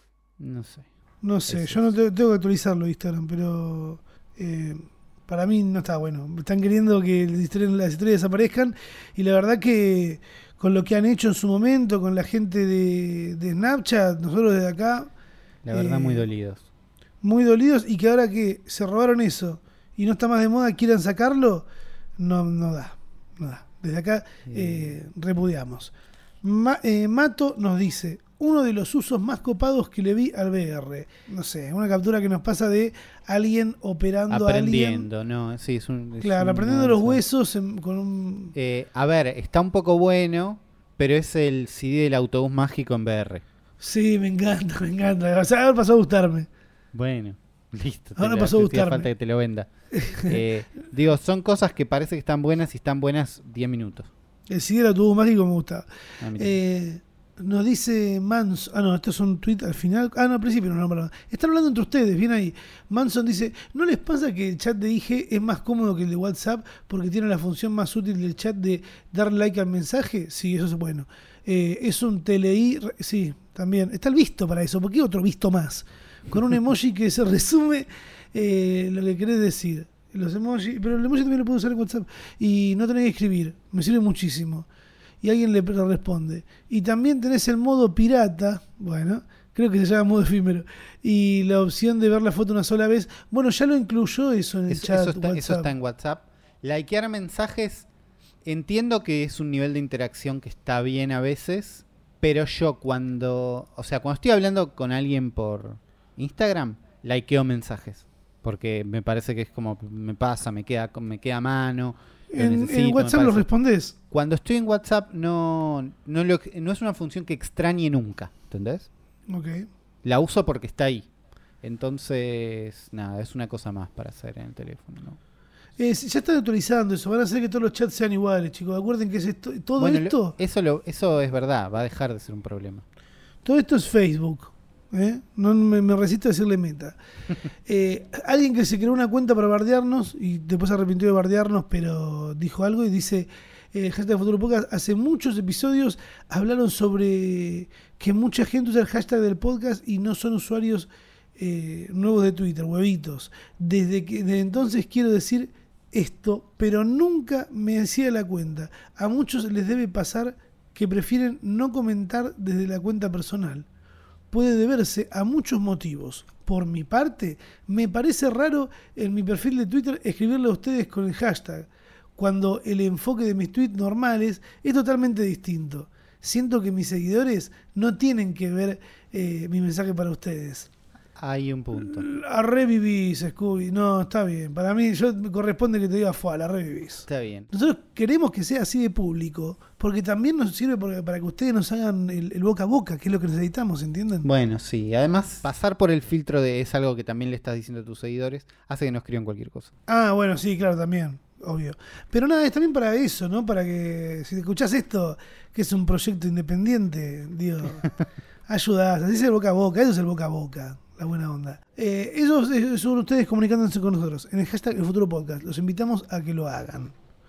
D: No sé.
A: No sé,
D: Es
A: yo no te- tengo que actualizarlo Instagram, pero eh, para mí no está bueno. Están queriendo que las historias, las historias desaparezcan y la verdad que con lo que han hecho en su momento, con la gente de, de Snapchat, nosotros desde acá,
D: La verdad,
A: Eh,
D: muy dolidos.
A: muy dolidos y que ahora que se robaron eso y no está más de moda, quieran sacarlo, no, no da, no da. Desde acá eh, repudiamos. Ma- eh, Mato nos dice, uno de los usos más copados que le vi al V R. No sé, una captura que nos pasa de alguien operando a alguien.
D: Aprendiendo, ¿no? Sí, es un... es
A: Claro,
D: un
A: aprendiendo los
D: avance.
A: huesos en- con un...
D: Eh, a ver, está un poco bueno, pero es el C D del autobús mágico en V R.
A: Sí, me encanta, me encanta. O sea, ahora pasó a gustarme.
D: Bueno, listo. te
A: Ahora
D: lo-
A: pasó a
D: te hacía
A: gustarme.
D: falta que te lo venda. Eh, digo, son cosas que parece que están buenas y están buenas diez minutos.
A: El C D del autobús mágico me gusta.
D: Ah, mira.
A: Eh, nos dice Manson. Ah, no, esto es un tweet al final. Ah, no, al principio, no, no, perdón. Están hablando entre ustedes, bien ahí. Manson dice: ¿No les pasa que el chat de I G es más cómodo que el de WhatsApp porque tiene la función más útil del chat de dar like al mensaje? Sí, eso es bueno. Eh, es un T L I. re- Sí, también. Está el visto para eso. ¿Por qué otro visto más? Con un emoji que se resume eh, lo que querés decir. Los emojis, pero el emoji también lo puedo usar en WhatsApp. Y no tenés que escribir. Me sirve muchísimo. Y alguien le le responde. Y también tenés el modo pirata, bueno, creo que se llama modo efímero, y la opción de ver la foto una sola vez. Bueno, ya lo incluyó eso en el
D: Eso,
A: chat
D: eso está, eso
A: WhatsApp.
D: está en WhatsApp. Likear mensajes, entiendo que es un nivel de interacción que está bien a veces, pero yo cuando, o sea, cuando estoy hablando con alguien por Instagram, likeo mensajes. Porque me parece que es como, me pasa, me queda, me queda a mano. lo
A: En,
D: necesito,
A: en
D: me
A: WhatsApp lo
D: parece.
A: respondés.
D: Cuando estoy en WhatsApp no, no, lo- no es una función que extrañe nunca, ¿entendés?
A: Ok.
D: La uso porque está ahí. Entonces, nada, es una cosa más para hacer en el teléfono, ¿no?
A: Eh, ya están actualizando eso, van a hacer que todos los chats sean iguales, chicos. Acuerden que es esto, todo
D: Bueno,
A: esto,
D: lo- eso, lo, eso es verdad, va a dejar de ser un problema.
A: todo esto es Facebook. ¿eh? No me, me resisto a decirle meta. Eh, alguien que se creó una cuenta para bardearnos y después se arrepintió de bardearnos, pero dijo algo y dice, eh, hashtag Futuro Podcast, hace muchos episodios hablaron sobre que mucha gente usa el hashtag del podcast y no son usuarios eh, nuevos de Twitter, huevitos. Desde que desde entonces quiero decir esto, pero nunca me hacía la cuenta. A muchos les debe pasar que prefieren no comentar desde la cuenta personal. Puede deberse a muchos motivos. Por mi parte, me parece raro en mi perfil de Twitter escribirle a ustedes con el hashtag, cuando el enfoque de mis tweets normales es totalmente distinto. Siento que mis seguidores no tienen que ver eh, mi mensaje para ustedes.
D: Hay un punto.
A: La revivís, Scooby. No, está bien. Para mí, yo me corresponde que te diga, fue, la revivís.
D: Está bien.
A: Nosotros queremos que sea así de público, porque también nos sirve porque- para que ustedes nos hagan el, el boca a boca, que es lo que necesitamos, ¿entienden?
D: Bueno, sí. Además, pasar por el filtro de es algo que también le estás diciendo a tus seguidores, hace que no escriban cualquier cosa.
A: Ah, bueno, sí, claro, también, obvio. Pero nada, es también para eso, ¿no? Para que, si escuchás esto, que es un proyecto independiente, digo, ayudás, así es el boca a boca, eso es el boca a boca, la buena onda. Eh, esos eh, son ustedes comunicándose con nosotros en el hashtag El Futuro Podcast. Los invitamos a que lo hagan.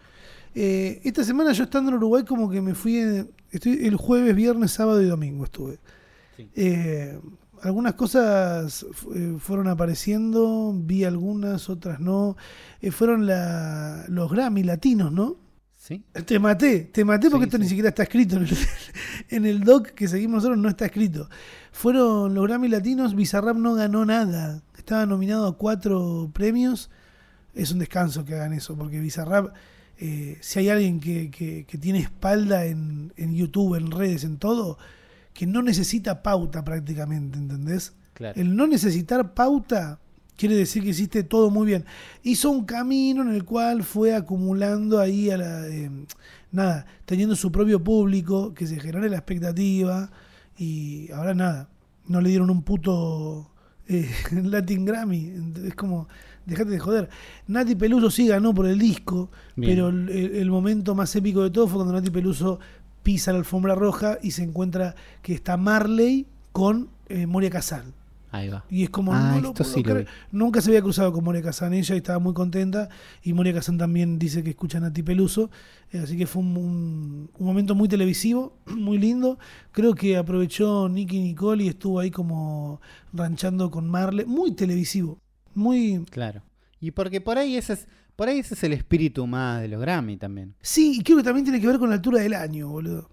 A: Eh, esta semana yo estando en Uruguay como que me fui, en- estoy el jueves, viernes, sábado y domingo estuve.
D: Sí.
A: Eh, algunas cosas eh, fueron apareciendo, vi algunas, otras no. Eh, fueron la, los Grammy latinos, ¿no?
D: ¿Sí?
A: Te maté, te maté porque
D: Sí,
A: esto
D: sí.
A: ni siquiera está escrito. En el, en el doc que seguimos nosotros no está escrito. Fueron los Grammy latinos, Bizarrap no ganó nada. Estaba nominado a cuatro premios. Es un descanso que hagan eso, porque Bizarrap, eh, si hay alguien que, que, que tiene espalda en, en YouTube, en redes, en todo, que no necesita pauta prácticamente, ¿entendés?
D: Claro.
A: El no necesitar pauta quiere decir que hiciste todo muy bien. Hizo un camino en el cual fue acumulando ahí a la, eh, nada, teniendo su propio público, que se genere la expectativa, y ahora nada, no le dieron un puto eh, Latin Grammy. Es como, dejate de joder. Nati Peluso sí ganó por el disco,
D: Bien.
A: pero el, el momento más épico de todo fue cuando Nati Peluso pisa la alfombra roja y se encuentra que está Marley con eh, Moria Kazan.
D: Ahí va.
A: Y es como,
D: Ah,
A: no lo
D: esto
A: puedo
D: sí lo
A: creer.
D: vi.
A: Nunca se había cruzado con Moria Kazan ella y estaba muy contenta. Y Moria Kazan también dice que escucha a Nati Peluso. Eh, así que fue un, un, un momento muy televisivo, muy lindo. Creo que aprovechó Nicky Nicole y estuvo ahí como ranchando con Marley. Muy televisivo. Muy...
D: Claro. Y porque por ahí ese es, por ahí ese es el espíritu más de los Grammy también.
A: Sí, y creo que también tiene que ver con la altura del año, boludo.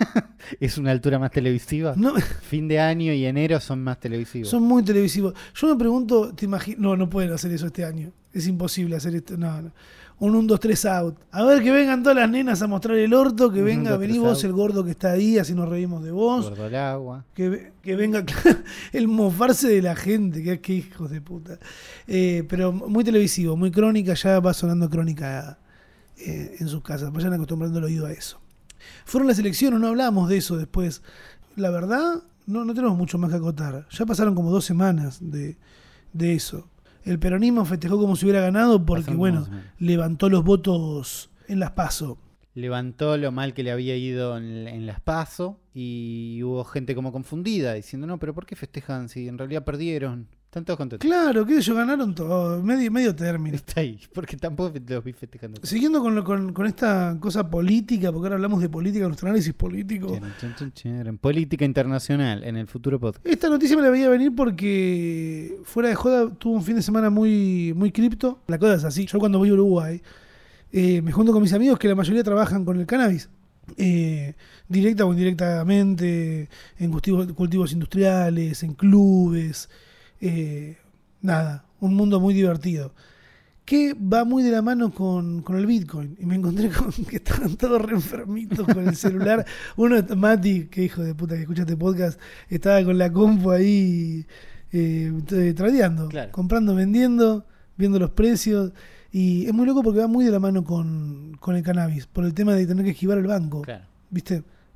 D: Es una altura más televisiva.
A: No,
D: Fin de año y enero son más televisivos.
A: son muy televisivos. Yo me pregunto, ¿te imaginas? No, no pueden hacer eso este año. Es imposible hacer esto. No, no. Un uno, dos, tres out. A ver, que vengan todas las nenas a mostrar el orto. Que
D: Un,
A: venga,
D: dos,
A: vení
D: tres
A: vos,
D: out.
A: el gordo que está ahí, así nos reímos de vos.
D: Gordo al agua.
A: Que, ve- que venga el mofarse de la gente. Que, que hijos de puta. Eh, pero muy televisivo, muy crónica. Ya va sonando crónica eh, en sus casas. Vayan acostumbrando el oído a eso. Fueron las elecciones, no hablamos de eso después. La verdad, no, no tenemos mucho más que acotar. Ya pasaron como dos semanas de, de eso. El peronismo festejó como si hubiera ganado porque,
D: Pasaron
A: bueno,
D: como dos semanas.
A: levantó los votos en las PASO.
D: Levantó lo mal que le había ido en, en las PASO y hubo gente como confundida diciendo, no, pero ¿por qué festejan si en realidad perdieron? Están todos contentos.
A: Claro, que ellos ganaron todo, medio, medio término.
D: Está ahí, porque tampoco los vi festejando.
A: Siguiendo con, lo- con, con esta cosa política, porque ahora hablamos de política, nuestro análisis político.
D: Chun, chun, chun, chun. En política internacional, en el futuro podcast.
A: Esta noticia me la veía venir porque, fuera de joda, tuvo un fin de semana muy, muy cripto. La cosa es así. Yo cuando voy a Uruguay, eh, me junto con mis amigos que la mayoría trabajan con el cannabis. Eh, directa o indirectamente, en cultivos, cultivos industriales, en clubes. Eh, nada, un mundo muy divertido. Que va muy de la mano con, con el Bitcoin. Y me encontré con que estaban todos re enfermitos con el celular. Uno, Mati, que hijo de puta que escucha este podcast, estaba con la compu ahí eh, t- tradeando,
D: Claro.
A: comprando, vendiendo, viendo los precios. Y es muy loco porque va muy de la mano con, con el cannabis, por el tema de tener que esquivar el banco.
D: Claro.
A: ¿Viste?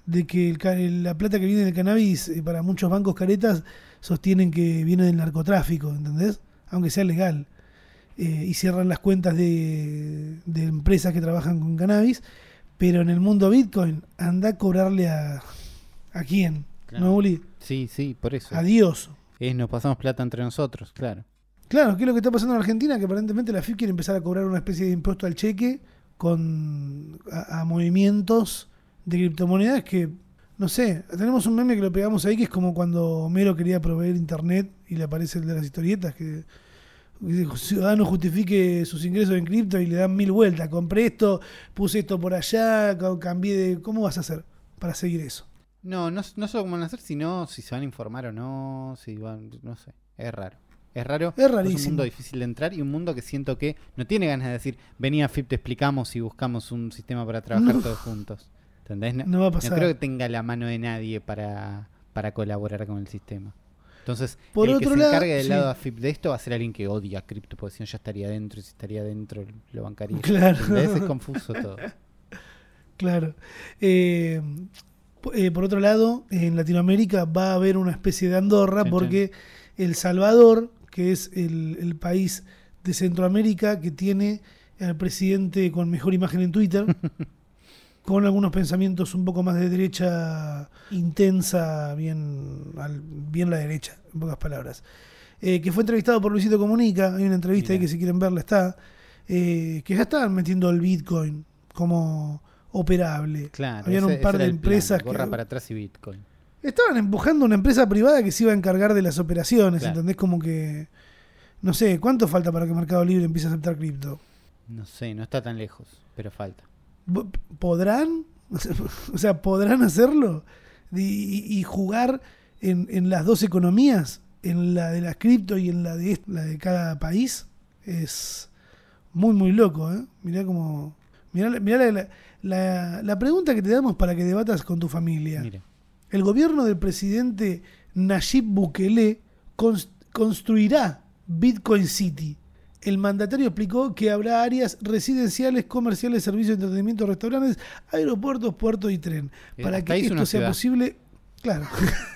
A: de que el, ca- la plata que viene del cannabis eh, para muchos bancos caretas sostienen que viene del narcotráfico, ¿entendés? Aunque sea legal. Eh, y cierran las cuentas de, de empresas que trabajan con cannabis, pero en el mundo Bitcoin anda a cobrarle a ¿a quién?
D: Claro.
A: ¿No, Uli?
D: Sí, sí, por eso.
A: A Dios.
D: Es, nos pasamos plata entre nosotros, claro.
A: Claro, ¿qué es lo que está pasando en Argentina? Que aparentemente la F I P quiere empezar a cobrar una especie de impuesto al cheque con a, a movimientos de criptomonedas que, no sé, tenemos un meme que lo pegamos ahí que es como cuando Homero quería proveer internet y le aparece el de las historietas que el ciudadano justifique sus ingresos en cripto y le dan mil vueltas. Compré esto, puse esto por allá, ca- cambié de... ¿Cómo vas a hacer para seguir eso?
D: No, no, no solo cómo van a hacer, sino si se van a informar o no, si van, no sé, es raro. Es raro,
A: Es
D: es un
A: rarísimo.
D: mundo difícil de entrar y un mundo que siento que no tiene ganas de decir, vení a F I P, te explicamos y buscamos un sistema para trabajar
A: No.
D: todos juntos. ¿Entendés? No,
A: No va a
D: no
A: pasar.
D: creo que tenga la mano de nadie para, para colaborar con el sistema. Entonces,
A: Por
D: el que
A: otro
D: se
A: lado,
D: encargue del
A: sí.
D: lado de A F I P de esto va a ser alguien que odia cripto, porque si no ya estaría dentro, y si estaría dentro lo bancaría.
A: Claro.
D: ¿Entendés? Es confuso todo.
A: Claro. Eh, po- eh, por otro lado, en Latinoamérica va a haber una especie de Andorra
D: Chan,
A: porque El Salvador, que es el, el país de Centroamérica que tiene al presidente con mejor imagen en Twitter, con algunos pensamientos un poco más de derecha intensa, bien, al- bien la derecha, en pocas palabras. Eh, que fue entrevistado por Luisito Comunica, hay una entrevista ahí
D: Mirá.
A: que si quieren verla está, eh, que ya estaban metiendo el Bitcoin como operable.
D: Claro,
A: Habían
D: ese-
A: un par
D: ese
A: de
D: era el plan,
A: empresas
D: gorra
A: que
D: para atrás y Bitcoin.
A: estaban empujando una empresa privada que se iba a encargar de las operaciones,
D: Claro.
A: ¿entendés? Como que, no sé, ¿cuánto falta para que Mercado Libre empiece a aceptar cripto?
D: No sé, no está tan lejos, pero falta.
A: Bo- ¿Podrán? O sea, ¿podrán hacerlo? Y, y- y jugar en, en las dos economías, en la de las cripto y en la de, est- la de cada país, es muy, muy loco, ¿eh? Mirá como... Mirá, la- mirá la, la, la- la pregunta que te damos para que debatas con tu familia.
D: Mire,
A: El gobierno del presidente Nayib Bukele cons- construirá Bitcoin City. El mandatario explicó que habrá áreas residenciales, comerciales, servicios de entretenimiento, restaurantes, aeropuertos, puertos y tren.
D: Eh,
A: Para
D: hasta
A: que
D: ahí es
A: esto
D: una
A: sea
D: ciudad.
A: posible, claro.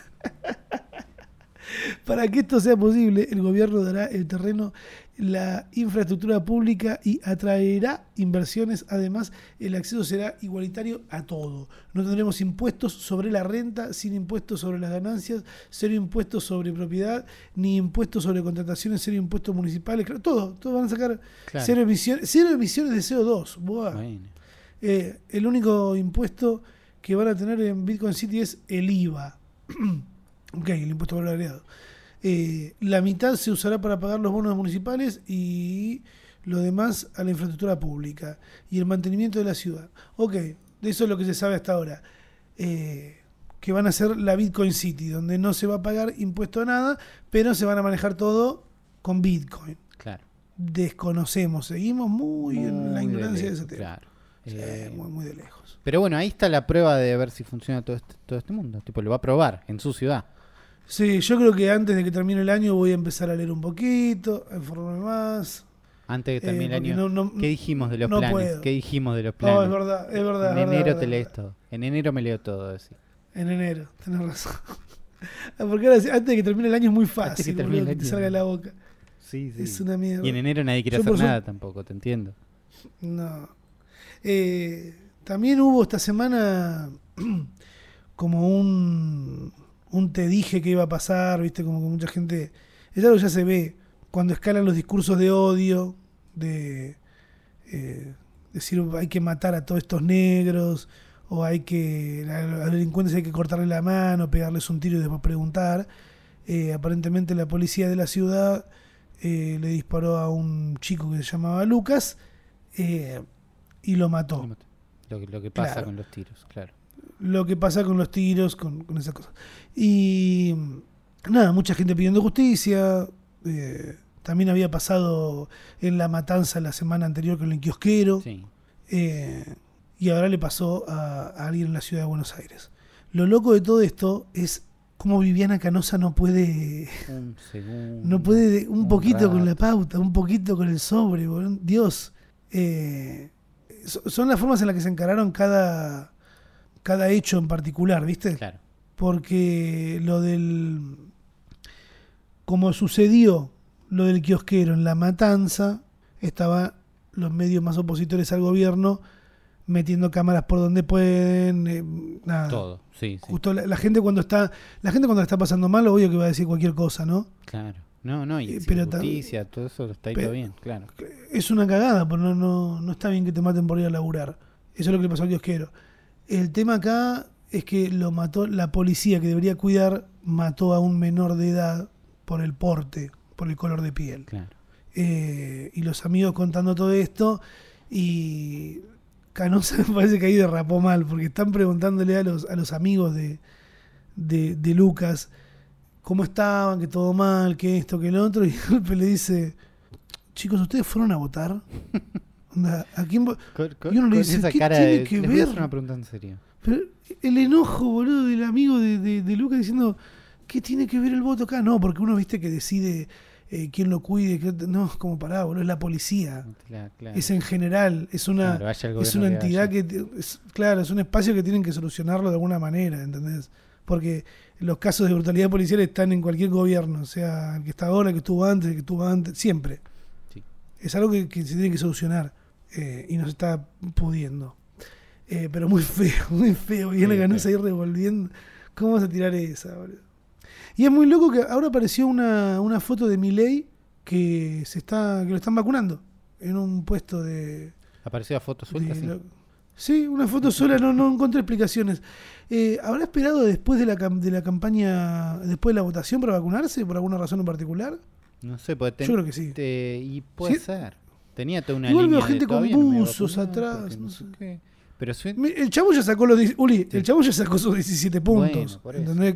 A: Para que esto sea posible, el gobierno dará el terreno, la infraestructura pública y atraerá inversiones. Además, el acceso será igualitario a todo. No tendremos impuestos sobre la renta, sin impuestos sobre las ganancias, cero impuestos sobre propiedad, ni impuestos sobre contrataciones, cero impuestos municipales. Claro, todo, todo van a sacar
D: claro.
A: cero emisiones, cero emisiones de C O dos. Buah.
D: Bueno.
A: Eh, el único impuesto que van a tener en Bitcoin City es el I V A. Ok, el impuesto valor agregado. Eh, la mitad se usará para pagar los bonos municipales y lo demás a la infraestructura pública y el mantenimiento de la ciudad. Ok, de eso es lo que se sabe hasta ahora. Eh, que van a ser la Bitcoin City, donde no se va a pagar impuesto a nada, pero se van a manejar todo con Bitcoin.
D: Claro.
A: Desconocemos, seguimos muy, en la
D: Muy
A: ignorancia de,
D: lejos,
A: ese tema.
D: claro.
A: Sí,
D: Eh,
A: muy, muy de lejos.
D: Pero bueno, ahí está la prueba de ver si funciona todo este, todo este mundo. Tipo, lo va a probar en su ciudad.
A: Sí, yo creo que antes de que termine el año voy a empezar a leer un poquito, a informarme más.
D: Antes de que termine
A: Eh,
D: el
A: porque
D: año.
A: no- no-
D: ¿Qué dijimos de los
A: no
D: planes?
A: puedo.
D: ¿Qué dijimos de los planes?
A: No, es verdad, es verdad.
D: En
A: es verdad,
D: enero
A: es
D: te
A: verdad.
D: lees todo. En enero me leo todo. Así.
A: En enero, tenés razón. Porque ahora, sí, antes de que termine el año es muy
D: Antes que
A: fácil,
D: termine
A: boludo,
D: el
A: que te
D: año.
A: salga de la boca.
D: Sí, sí.
A: Es una mierda.
D: Y en enero nadie quiere
A: Yo
D: hacer
A: por
D: nada
A: suerte-
D: tampoco, te entiendo.
A: No. Eh, también hubo esta semana como un, un te dije que iba a pasar, viste, como que mucha gente... Es algo que ya se ve cuando escalan los discursos de odio, de eh, decir hay que matar a todos estos negros, o hay que... A los delincuentes hay que cortarle la mano, pegarles un tiro y después preguntar. Eh, aparentemente la policía de la ciudad eh, le disparó a un chico que se llamaba Lucas eh, y lo mató.
D: Lo que, lo que pasa
A: Claro.
D: con los tiros, claro.
A: Lo que pasa con los tiros, con, con esas cosas. Y nada, mucha gente pidiendo justicia. Eh, también había pasado en la matanza la semana anterior con el kiosquero.
D: Sí.
A: Eh, y ahora le pasó a, a alguien en la ciudad de Buenos Aires. Lo loco de todo esto es cómo Viviana Canosa no puede...
D: Un segundo.
A: No puede un,
D: un
A: poquito con la
D: rato.
A: pauta, un poquito con el sobre, boludo. Dios. Eh, so- son las formas en las que se encararon cada, cada hecho en particular, ¿viste?
D: Claro.
A: Porque lo del... Como sucedió lo del kiosquero en La Matanza, estaban los medios más opositores al gobierno metiendo cámaras por donde pueden, eh, nada.
D: Todo, sí, sí.
A: Justo la, la gente cuando está la gente cuando la está pasando mal, obvio que va a decir cualquier cosa, ¿no?
D: Claro. No, no, y
A: Eh,
D: sin
A: pero ta-
D: justicia, todo eso está ahí
A: pe-
D: todo bien, claro.
A: Es una cagada, pero no, no, no está bien que te maten por ir a laburar. Eso es lo que le pasó al kiosquero. El tema acá es que lo mató la policía que debería cuidar, mató a un menor de edad por el porte, por el color de piel.
D: Claro.
A: Eh, y los amigos contando todo esto, y Canosa me parece que ahí derrapó mal, porque están preguntándole a los, a los amigos de, de, de Lucas cómo estaban, que todo mal, que esto, que el otro, y de golpe le dice, chicos, ¿ustedes fueron a votar? Onda, ¿a quién vo-?
D: Con, con-
A: Y uno le
D: con
A: dice,
D: esa
A: ¿qué
D: cara
A: tiene
D: de,
A: que
D: les voy a
A: ver?
D: hacer una pregunta en serio.
A: Pero el enojo, boludo, del amigo de, de, de Lucas diciendo, ¿qué tiene que ver el voto acá? No, porque uno, viste, que decide eh, quién lo cuide. Que, no, es como pará, boludo, es la policía.
D: Claro, claro.
A: Es en general, es una,
D: Claro, vaya el
A: es
D: gobierno
A: una
D: que
A: entidad
D: vaya.
A: que, te- es, claro, es un espacio que tienen que solucionarlo de alguna manera, ¿entendés? Porque los casos de brutalidad policial están en cualquier gobierno, o sea, el que está ahora, el que estuvo antes, el que estuvo antes, siempre.
D: Sí.
A: Es algo que, que se tiene que solucionar eh, y no se está pudiendo. Eh, pero muy feo, muy feo. Viene
D: Sí,
A: Canosa ahí revolviendo. ¿Cómo vas a tirar esa, boludo? Y es muy loco que ahora apareció una, una foto de Milei que se está que lo están vacunando en un puesto de...
D: Apareció la foto suelta,
A: de
D: sí.
A: la- sí, una foto sola, no, no encontré explicaciones. Eh, ¿Habrá esperado después de la, cam- de la campaña, después de la votación para vacunarse por alguna razón en particular?
D: No sé, porque ten-
A: Yo creo que sí.
D: te- y puede
A: ¿Sí?
D: ser. Tenía toda una
A: Igual
D: línea
A: veo gente
D: de
A: con
D: todavía no me voy a
A: buzos
D: vacunar
A: atrás,
D: porque
A: no sé.
D: qué. Pero su-
A: Me- El chavo ya sacó los... diez Uli,
D: Sí.
A: el chavo ya sacó sus diecisiete puntos.
D: Bueno, por eso.
A: ¿Entendés?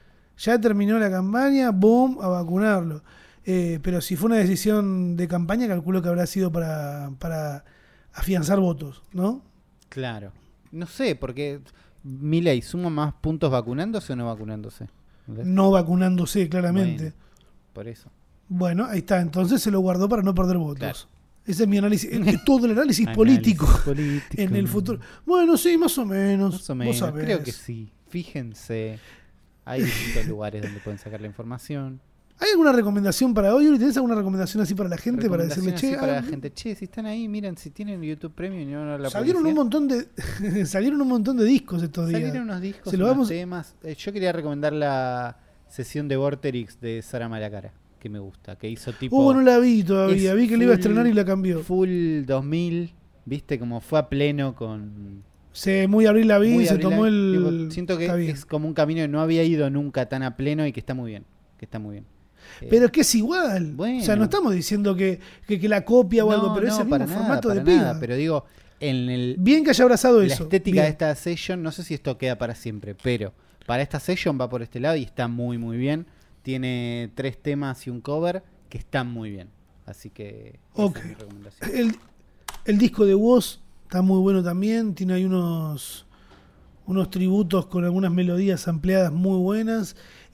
A: Ya terminó la campaña, boom, a vacunarlo. Eh, pero si fue una decisión de campaña, calculo que habrá sido para, para afianzar votos, ¿no?
D: Claro. No sé, porque Milei suma más puntos vacunándose o no vacunándose. ¿Entendés?
A: No vacunándose, claramente.
D: Bueno, por eso.
A: Bueno, ahí está. Entonces se lo guardó para no perder votos.
D: Claro.
A: Ese es mi análisis. Es- es todo el análisis político
D: Análisis político.
A: en el futuro. Bueno, sí, más o menos.
D: Más o
A: Vos
D: menos.
A: sabés.
D: Creo que sí. Fíjense. Hay distintos lugares donde pueden sacar la información.
A: ¿Hay alguna recomendación para hoy? Uli? ¿Tenés alguna recomendación así para la gente? Para decirle,
D: Recomendaciones
A: che,
D: así para la
A: hagan-
D: gente. Che, si están ahí, miren, si tienen YouTube Premium y no no la
A: salieron un
D: publicidad.
A: montón de salieron un montón de discos estos días.
D: Salieron unos discos,
A: Se lo
D: unos
A: vamos-
D: temas. Eh, yo quería recomendar la sesión de Vorterix de Sara Malacara, que me gusta, que hizo tipo
A: Uh, no la vi todavía.
D: es
A: Vi que la iba a
D: full-
A: estrenar y la cambió.
D: full dos mil, viste, como fue a pleno con...
A: Se muy abril la vi,
D: muy
A: se
D: Avril
A: tomó
D: Lavigne.
A: el...
D: Tipo, siento que
A: Está bien.
D: es como un camino que no había ido nunca tan a pleno y que está muy bien, que está muy bien. Eh,
A: Pero es que es igual.
D: Bueno.
A: O sea, no estamos diciendo que, que, que la copia o
D: no,
A: algo, pero
D: no,
A: es el
D: para
A: mismo
D: nada,
A: formato de
D: para nada,
A: piba.
D: pero digo, en el,
A: Bien que haya abrazado
D: la
A: eso.
D: estética
A: Bien.
D: de esta session, no sé si esto queda para siempre, pero para esta session va por este lado y está muy muy bien. Tiene tres temas y un cover que están muy bien. Así que esa
A: Ok.
D: es mi recomendación.
A: El, el disco de Woz está muy bueno también. Tiene ahí unos, unos tributos con algunas melodías ampliadas muy buenas.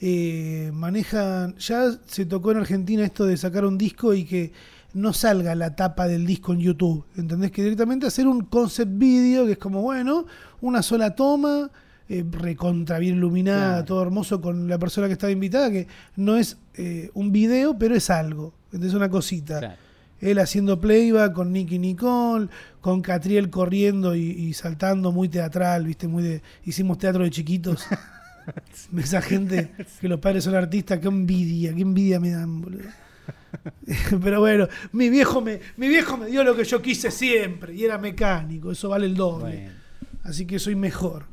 A: Eh, manejan. Ya se tocó en Argentina esto de sacar un disco y que no salga la tapa del disco en YouTube. ¿Entendés? Que directamente hacer un concept video que es como, bueno, una sola toma. Eh, recontra bien iluminada,
D: Claro.
A: todo hermoso con la persona que estaba invitada, que no es eh, un video, pero es algo. Entonces una cosita.
D: Claro.
A: Él haciendo playback con Nicky Nicole, con Catriel corriendo y, y saltando, muy teatral, viste, muy de. Hicimos teatro de chiquitos. Esa gente que los padres son artistas, qué envidia, qué envidia me dan, boludo. Pero bueno, mi viejo me, mi viejo me dio lo que yo quise siempre, y era mecánico, eso vale el doble.
D: Bueno.
A: Así que soy mejor.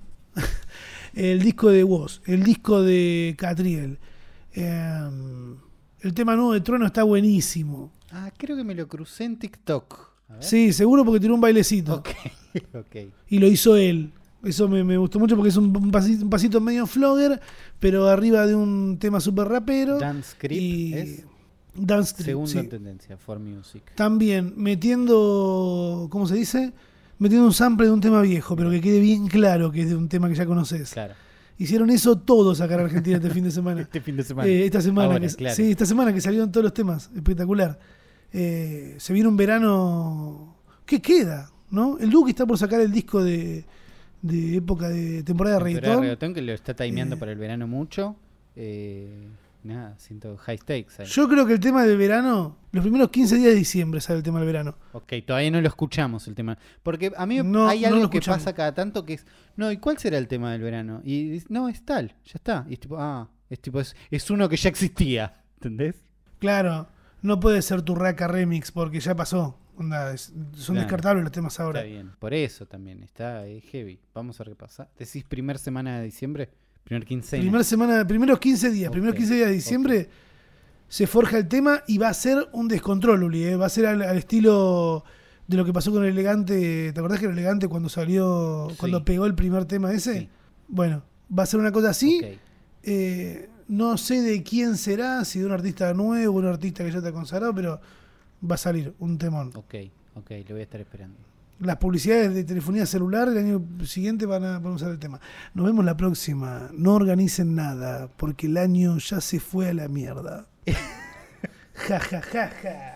A: El disco de Woz, el disco de Catriel. Eh, el tema nuevo de Trueno está buenísimo.
D: Ah, creo que me lo crucé en TikTok. A ver.
A: Sí, seguro porque tiró un bailecito.
D: Ok, ok.
A: Y lo hizo él. Eso me, me gustó mucho porque es un, un, pasito, un pasito medio flogger, pero arriba de un tema súper rapero.
D: Dance Creep
A: y
D: es
A: Dance Creep,
D: segundo
A: sí.
D: en tendencia, For Music.
A: También metiendo, ¿cómo se dice? Metiendo un sample de un tema viejo, pero que quede bien claro que es de un tema que ya conoces.
D: Claro.
A: Hicieron eso todos acá en Argentina este fin de semana.
D: Este fin de semana.
A: Eh, esta semana,
D: Ahora,
A: que,
D: claro.
A: sí, esta semana que salieron todos los temas, espectacular. Eh, se viene un verano. ¿Qué queda? ¿No? El Duque está por sacar el disco de, de época de temporada de
D: Temporada de
A: reggaetón.
D: reggaetón que lo está timeando
A: Eh.
D: para el verano mucho. Eh, nada, siento high stakes ahí.
A: Yo creo que el tema del verano, los primeros quince días de diciembre sale el tema del verano.
D: Ok, todavía no lo escuchamos el tema. Porque a mí
A: No,
D: hay
A: no
D: algo
A: lo
D: que
A: escuchamos.
D: pasa cada tanto que es, no, ¿y cuál será el tema del verano? Y dice, no, es tal, ya está. Y es tipo, ah, es tipo, es, es uno que ya existía, ¿entendés?
A: Claro, no puede ser tu Raka Remix porque ya pasó. Onda, es- son
D: Claro.
A: descartables los temas ahora.
D: Está bien, por eso también, está eh, heavy. Vamos a repasar. ¿Decís primer semana de diciembre? Primer quincena.
A: Primer semana, primeros quince días,
D: Ok,
A: primeros quince días de diciembre se forja el tema y va a ser un descontrol, Uli, ¿eh? Va a ser al, al estilo de lo que pasó con el Elegante. ¿Te acordás que el Elegante cuando salió,
D: Sí.
A: cuando pegó el primer tema ese?
D: Sí.
A: Bueno, va a ser una cosa así.
D: Ok.
A: Eh, no sé de quién será, si de un artista nuevo, un artista que ya está consagrado, pero va a salir un temón.
D: Ok, ok, lo voy a estar esperando.
A: Las publicidades de telefonía celular el año siguiente van a, van a usar el tema. Nos vemos la próxima. No organicen nada, porque el año ya se fue a la mierda. Ja, ja, ja, ja.